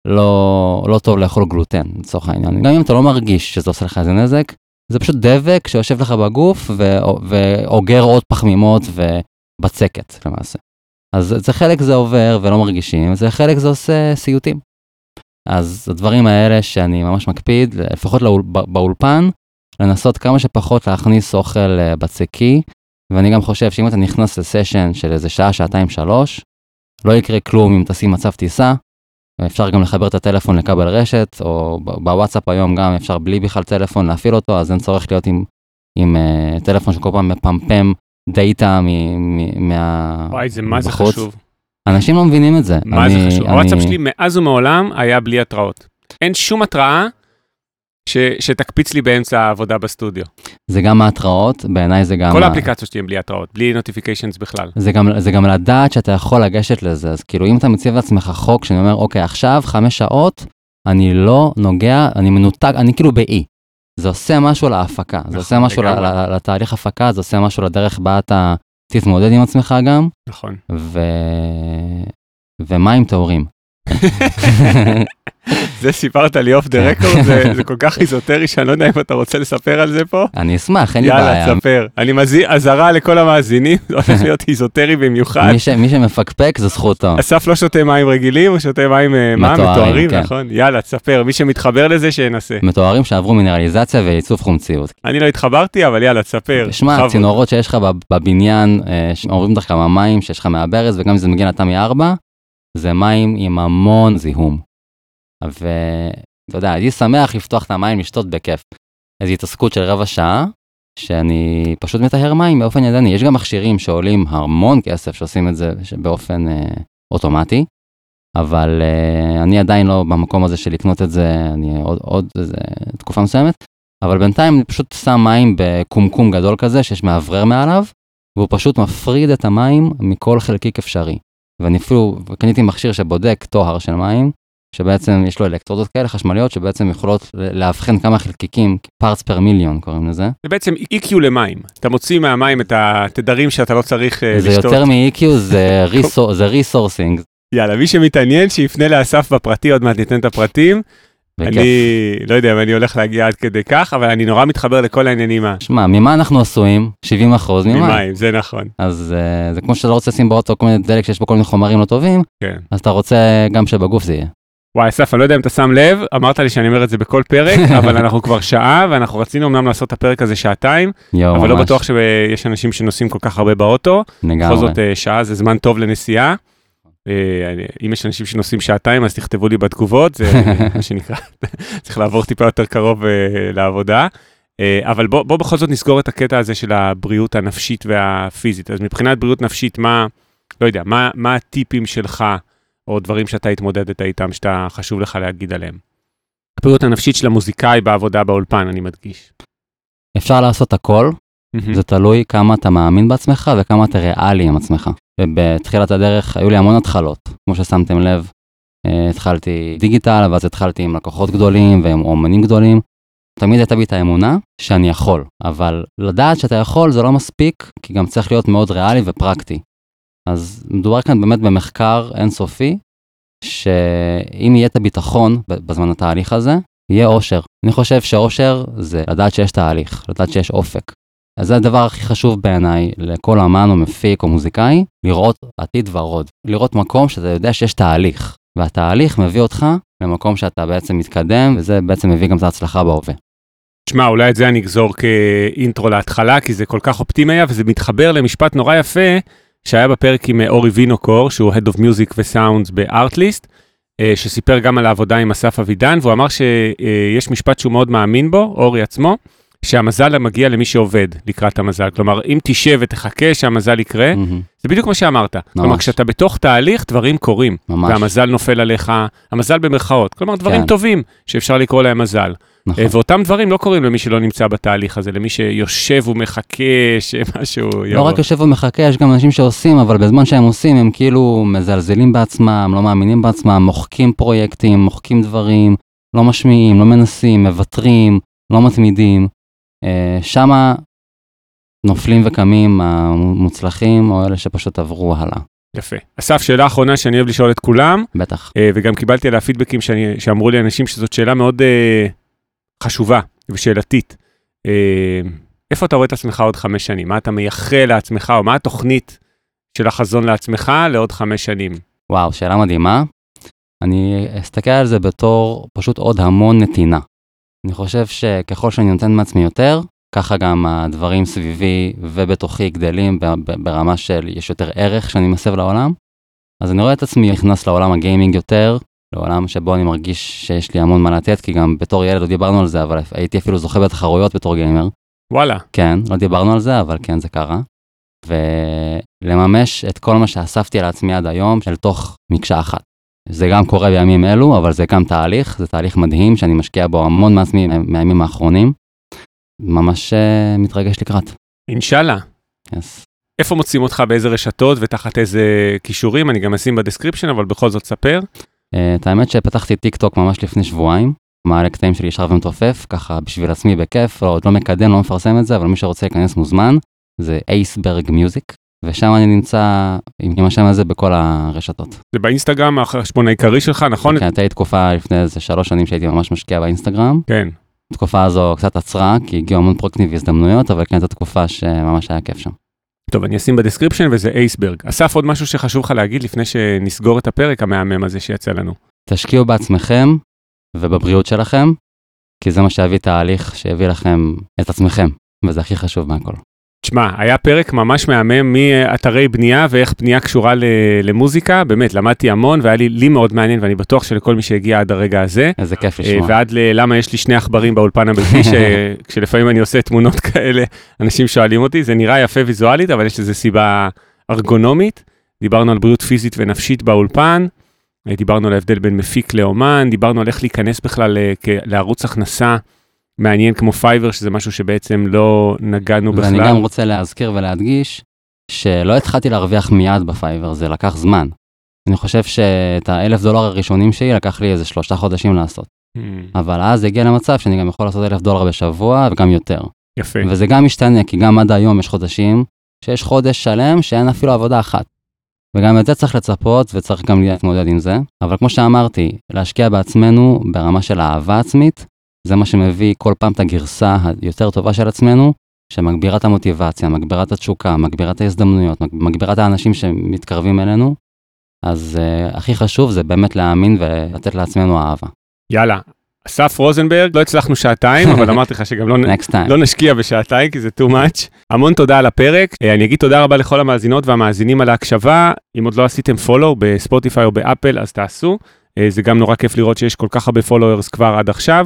לא טוב לאכול גלוטן, לצורך העניין. גם אם אתה לא מרגיש שזה עושה לך איזה נזק, זה פשוט דבק שיושב לך בגוף, ואוגר עוד פחמימות ובצקת, למעשה. אז זה חלק זה עובר ולא מרגישים, זה חלק זה עושה סיוטים. אז הדברים האלה שאני ממש מקפיד, לפחות באולפן, לנסות כמה שפחות להכניס אוכל בצקי, ואני גם חושב שאם אתה נכנס לסשן של איזה שעה, שעתיים, 3, לא יקרה כלום אם תשים מצב טיסה, אפשר גם לחבר את הטלפון לכבל רשת, או בוואטסאפ היום גם אפשר בלי בכלל טלפון להפעיל אותו, אז אין צורך להיות עם טלפון שכל פעם מפמפם דאטה מהבחוץ. וואי, זה מה זה חשוב. אנשים לא מבינים את זה. מה זה חשוב? הוואטסאפ שלי מאז ומעולם היה בלי התראות. אין שום התראה שתקפיץ לי באמצע העבודה בסטודיו. זה גם ההתראות, בעיניי זה גם... כל האפליקציות שלי הם בלי התראות, בלי notifications בכלל. זה גם לדעת שאתה יכול לגשת לזה, אז כאילו אם אתה מציב לעצמך חוק, שאני אומר, אוקיי, עכשיו 5 שעות, אני לא נוגע, אני מנותק, אני כאילו באי. זה עושה משהו להפקה, זה עושה משהו לתהליך הפקה, זה עושה משהו לדרך בה אתה תתמודד עם עצמך גם. נכון. ומים טהורים. זה סיפרת לי אוף דה רקורד, זה כל כך איזוטרי שאני לא יודע אם אתה רוצה לספר על זה פה. אני אשמח, אין לי בעיה. יאללה, תספר. אני עזרה לכל המאזינים, זה הולך להיות איזוטרי במיוחד. מי שמפקפק זה זכותו. אסף לא שותה מים רגילים, הוא שותה מים מתוארים, נכון? יאללה, תספר, מי שמתחבר לזה שינסה. מתוארים שעברו מינרליזציה ועיצוב חומציות. אני לא התחברתי, אבל יאללה, תספר. תשמע, צינורות שיש לך בבניין, אומרים לך כמה מים שיש לך מהברז, וגם אם זה מגיע לתמי 4, זה מים עם המון זיהום. ואתה יודע, הייתי שמח לפתוח את המים, לשתות בכיף. איזו התעסקות של רבע שעה, שאני פשוט מטהר מים באופן ידני. יש גם מכשירים שעולים המון כסף, שעושים את זה באופן אוטומטי, אבל אני עדיין לא במקום הזה של לקנות את זה, אני עוד איזה תקופה מסוימת, אבל בינתיים אני פשוט שם מים בקומקום גדול כזה, שיש מעברר מעליו, והוא פשוט מפריד את המים מכל חלקיק אפשרי. ואני אפילו קניתי מכשיר שבודק טוהר של מים, שבעצם יש לו אלקטרודות כאלה חשמליות, שבעצם יכולות להבחן כמה חלקיקים, parts per million קוראים לזה. זה בעצם EQ למים. אתה מוציא מהמים את התדרים שאתה לא צריך לשתות. זה יותר מ-EQ, זה resourcing. יאללה, מי שמתעניין, שיפנה לאסף בפרטי, עוד מעט ניתן את הפרטים. אני לא יודע אם אני הולך להגיע עד כדי כך, אבל אני נורא מתחבר לכל העניינים. שמע, ממה אנחנו עשויים? 70% ממים. זה נכון. אז זה כמו שאתה לא רוצה לשים באוטו כל מיני דלק שיש בו כל מיני חומרים לא טובים, אז אתה רוצה גם שבגוף זה יהיה. וואי, אסף, אני לא יודע אם אתה שם לב, אמרת לי שאני אומר את זה בכל פרק, אבל אנחנו כבר שעה, ואנחנו רצינו אמנם לעשות את הפרק הזה 2 שעתיים, אבל לא בטוח שיש אנשים שנוסעים כל כך הרבה באוטו. בכל זאת, שעה זה זמן טוב לנסיעה. אם יש אנשים שנוסעים 2 שעתיים, אז תכתבו לי בתגובות, זה מה שנקרא, צריך לעבור טיפה יותר קרוב לעבודה. אבל בוא בכל זאת נסגור את הקטע הזה של הבריאות הנפשית והפיזית. אז מבחינת בריאות נפשית, לא יודע, מה הטיפים שלך, או דברים שאתה התמודדת איתם, שאתה חשוב לך להגיד עליהם? הבריאות הנפשית של המוזיקאי בעבודה באולפן, אני מדגיש. אפשר לעשות הכל, זה תלוי כמה אתה מאמין בעצמך, וכמה אתה ריאלי עם עצמך. ובתחילת הדרך היו לי המון התחלות, כמו ששמתם לב, התחלתי דיגיטל, ואז התחלתי עם לקוחות גדולים, ועם אומנים גדולים. תמיד הייתה בי את האמונה שאני יכול, אבל לדעת שאתה יכול זה לא מספיק, כי גם צריך להיות מאוד ריאלי ופרקטי. אז מדובר כאן באמת במחקר אינסופי, שאם יהיה את הביטחון בזמן התהליך הזה, יהיה אושר. אני חושב שאושר זה לדעת שיש תהליך, לדעת שיש אופק. אז זה הדבר הכי חשוב בעיניי לכל אמן או מפיק או מוזיקאי, לראות עתיד ורוד. לראות מקום שאתה יודע שיש תהליך, והתהליך מביא אותך למקום שאתה בעצם מתקדם, וזה בעצם מביא גם את ההצלחה בהווה. תשמע, אולי את זה אני אגזור כאינטרו להתחלה, כי זה כל כך אופטימי היה, וזה מתחבר למשפט נורא יפה, שהיה בפרק עם אורי וינוקור, שהוא Head of Music ו-Sounds ב-Artlist, שסיפר גם על העבודה עם אסף אבידן, והוא אמר שיש משפט שהוא מאוד מאמין בו, אורי עצמו, שהמזל מגיע למי שעובד לקראת המזל. כלומר, אם תשב ותחכה שהמזל יקרה, זה בדיוק מה שאמרת. כלומר, כשאתה בתוך תהליך, דברים קורים, והמזל נופל עליך, המזל במרכאות. כלומר, דברים טובים שאפשר לקרוא להם מזל. ואותם דברים לא קוראים למי שלא נמצא בתהליך הזה, למי שיושב ומחכה שמשהו יבוא. לא רק יושב ומחכה, יש גם אנשים שעושים, אבל בזמן שהם עושים, הם כאילו מזלזלים בעצמם, לא מאמינים בעצמם, מוחקים פרויקטים, מוחקים דברים, לא משמיעים, לא מנסים, מבטרים, לא מתמידים. שמה נופלים וקמים המוצלחים, או אלה שפשוט עברו הלאה. יפה. אסף, שאלה אחרונה שאני אוהב לשאול את כולם. בטח. וגם קיבלתי עליה פידבקים שאמרו לי אנשים שזאת שאלה מאוד חשובה ושאלתית. איפה אתה רואה את עצמך עוד 5 שנים? מה אתה מייחל לעצמך, או מה התוכנית של החזון לעצמך לעוד 5 שנים? וואו, שאלה מדהימה. אני אסתכל על זה בתור פשוט עוד המון נתינה. אני חושב שככל שאני נותן מעצמי יותר, ככה גם הדברים סביבי ובתוכי גדלים ברמה של יש יותר ערך שאני מסב לעולם. אז אני רואה את עצמי נכנס לעולם הגיימינג יותר, לעולם שבו אני מרגיש שיש לי המון מה לתת, כי גם בתור ילד לא דיברנו על זה, אבל הייתי אפילו זוכה בתחרויות בתור גיימר. וואלה. כן, לא דיברנו על זה, אבל כן, זה קרה. ולממש את כל מה שאספתי על עצמי עד היום, של תוך מקשה אחת. זה גם קורה בימים אלו, אבל זה גם תהליך, זה תהליך מדהים, שאני משקיע בו המון מעצמי מהימים האחרונים. ממש מתרגש לקראת. אינשאללה. Yes. איפה מוצאים אותך, באיזה רשתות ותחת איזה קישורים? אני גם אשים בדסקריפשן, אבל בכל זאת ספר. את האמת שפתחתי טיק טוק ממש לפני שבועיים, מעלה קטעים שלי ישר ומתופף, ככה בשביל עצמי בכיף, עוד לא מקדם, לא מפרסם את זה, אבל מי שרוצה להיכנס מוזמן, זה אייסברג מיוזיק, ושם אני נמצא עם השם הזה בכל הרשתות. זה באינסטגרם, החשבון העיקרי שלך, נכון? כן, הייתה תקופה לפני איזה 3 שנים שהייתי ממש משקיע באינסטגרם. כן. התקופה הזו קצת עצרה, כי הגיעו המון פרויקטים והזדמנויות, אבל כן, זו תקופה שממש היה כיף שם. טוב, אני אשים בדסקריפשן וזה אייסברג. אסף, עוד משהו שחשוב לך להגיד לפני שנסגור את הפרק המהמם הזה שיצא לנו. תשקיעו בעצמכם ובבריאות שלכם, כי זה מה שיביא תהליך שיביא לכם את עצמכם, וזה הכי חשוב מהכל. תשמע, היה פרק ממש מהמם מאתרי בנייה ואיך בנייה קשורה למוזיקה, באמת, למדתי המון והיה לי מאוד מעניין, ואני בטוח שלכל מי שהגיע עד הרגע הזה. איזה כיף לשמוע. ועד למה יש לי 2 עכברים באולפן הביתי, כשלפעמים אני עושה תמונות כאלה, אנשים שואלים אותי, זה נראה יפה ויזואלית, אבל יש לזה סיבה ארגונומית. דיברנו על בריאות פיזית ונפשית באולפן, דיברנו על ההבדל בין מפיק לאומן, דיברנו על איך להיכנס בכלל לערוץ הכנסה, מעניין כמו פייבר, שזה משהו שבעצם לא נגענו בכלל. ואני גם רוצה להזכיר ולהדגיש, שלא התחלתי להרוויח מיד בפייבר, זה לקח זמן. אני חושב שאת $1,000 הראשונים שלי, לקח לי איזה 3 חודשים לעשות. אבל אז הגיע למצב שאני גם יכול לעשות $1,000 בשבוע, וגם יותר. יפה. וזה גם משתנה, כי גם עד היום יש חודשים, שיש חודש שלם שאין אפילו עבודה אחת. וגם את זה צריך לצפות, וצריך גם להתמודד עם זה. אבל כמו שאמרתי, להשקיע בעצמנו ברמה של אהבה עצמית, זה מה שמביא כל פעם את הגרסה היותר טובה של עצמנו, שמגבירה את המוטיבציה, מגבירה את התשוקה, מגבירה את ההזדמנויות, מגבירה את האנשים שמתקרבים אלינו. אז הכי חשוב זה באמת להאמין ולתת לעצמנו אהבה. יאללה, אסף רוזנברג, לא הצלחנו 2 שעות, אבל אמרתי לך שגם לא נשקיע ב2 שעות, כי זה too much. המון תודה על הפרק. אני אגיד תודה רבה לכל המאזינות והמאזינים על ההקשבה. אם עוד לא עשיתם פולו בספוטיפיי או באפל, אז תעשו. זה גם נורא כיף לראות שיש כל כך הרבה פולוורס כבר עד עכשיו.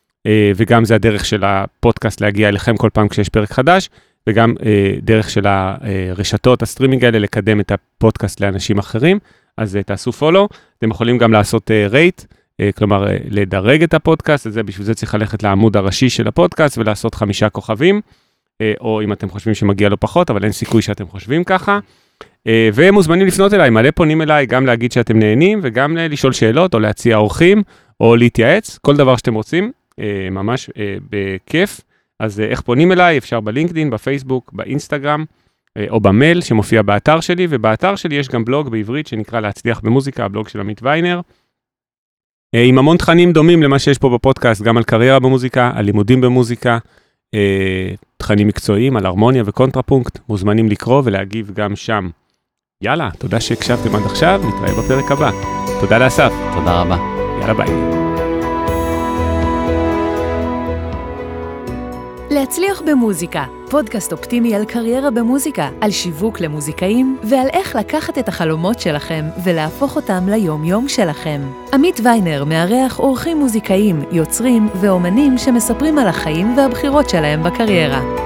וגם זה הדרך של הפודקאסט להגיע אליכם כל פעם כשיש פרק חדש, וגם דרך של הרשתות, הסטרימינג האלה, לקדם את הפודקאסט לאנשים אחרים. אז תעשו פולו. אתם יכולים גם לעשות רייט, כלומר, לדרג את הפודקאסט, בשביל זה צריך ללכת לעמוד הראשי של הפודקאסט ולעשות 5 כוכבים, או אם אתם חושבים שמגיע לו פחות, אבל אין סיכוי שאתם חושבים ככה. ומוזמנים לפנות אליי, מלא פונים אליי, גם להגיד שאתם נהנים, וגם לשאול שאלות, או להציע אורחים, או להתייעץ, כל דבר שאתם רוצים, ממש בכיף. אז איך פונים אליי? אפשר בלינקדין, בפייסבוק, באינסטגרם, או במייל שמופיע באתר שלי, ובאתר שלי יש גם בלוג בעברית שנקרא להצליח במוזיקה, הבלוג של עמית ויינר. עם המון תכנים דומים למה שיש פה בפודקאסט, גם על קריירה במוזיקה, על לימודים במוזיקה, תכנים מקצועיים, על הרמוניה וקונטרפונקט, מוזמנים לקרוא ולהגיב גם שם. יאללה, תודה שהקשבתם עד עכשיו, נתראה בפרק הבא. תודה לאסף. תודה רבה. יאללה ביי. להצליח במוזיקה, פודקאסט אופטימי על קריירה במוזיקה, על שיווק למוזיקאים ועל איך לקחת את החלומות שלכם ולהפוך אותם ליום-יום שלכם. עמית ויינר מארח אורחים מוזיקאים, יוצרים ואומנים שמספרים על החיים והבחירות שלהם בקריירה.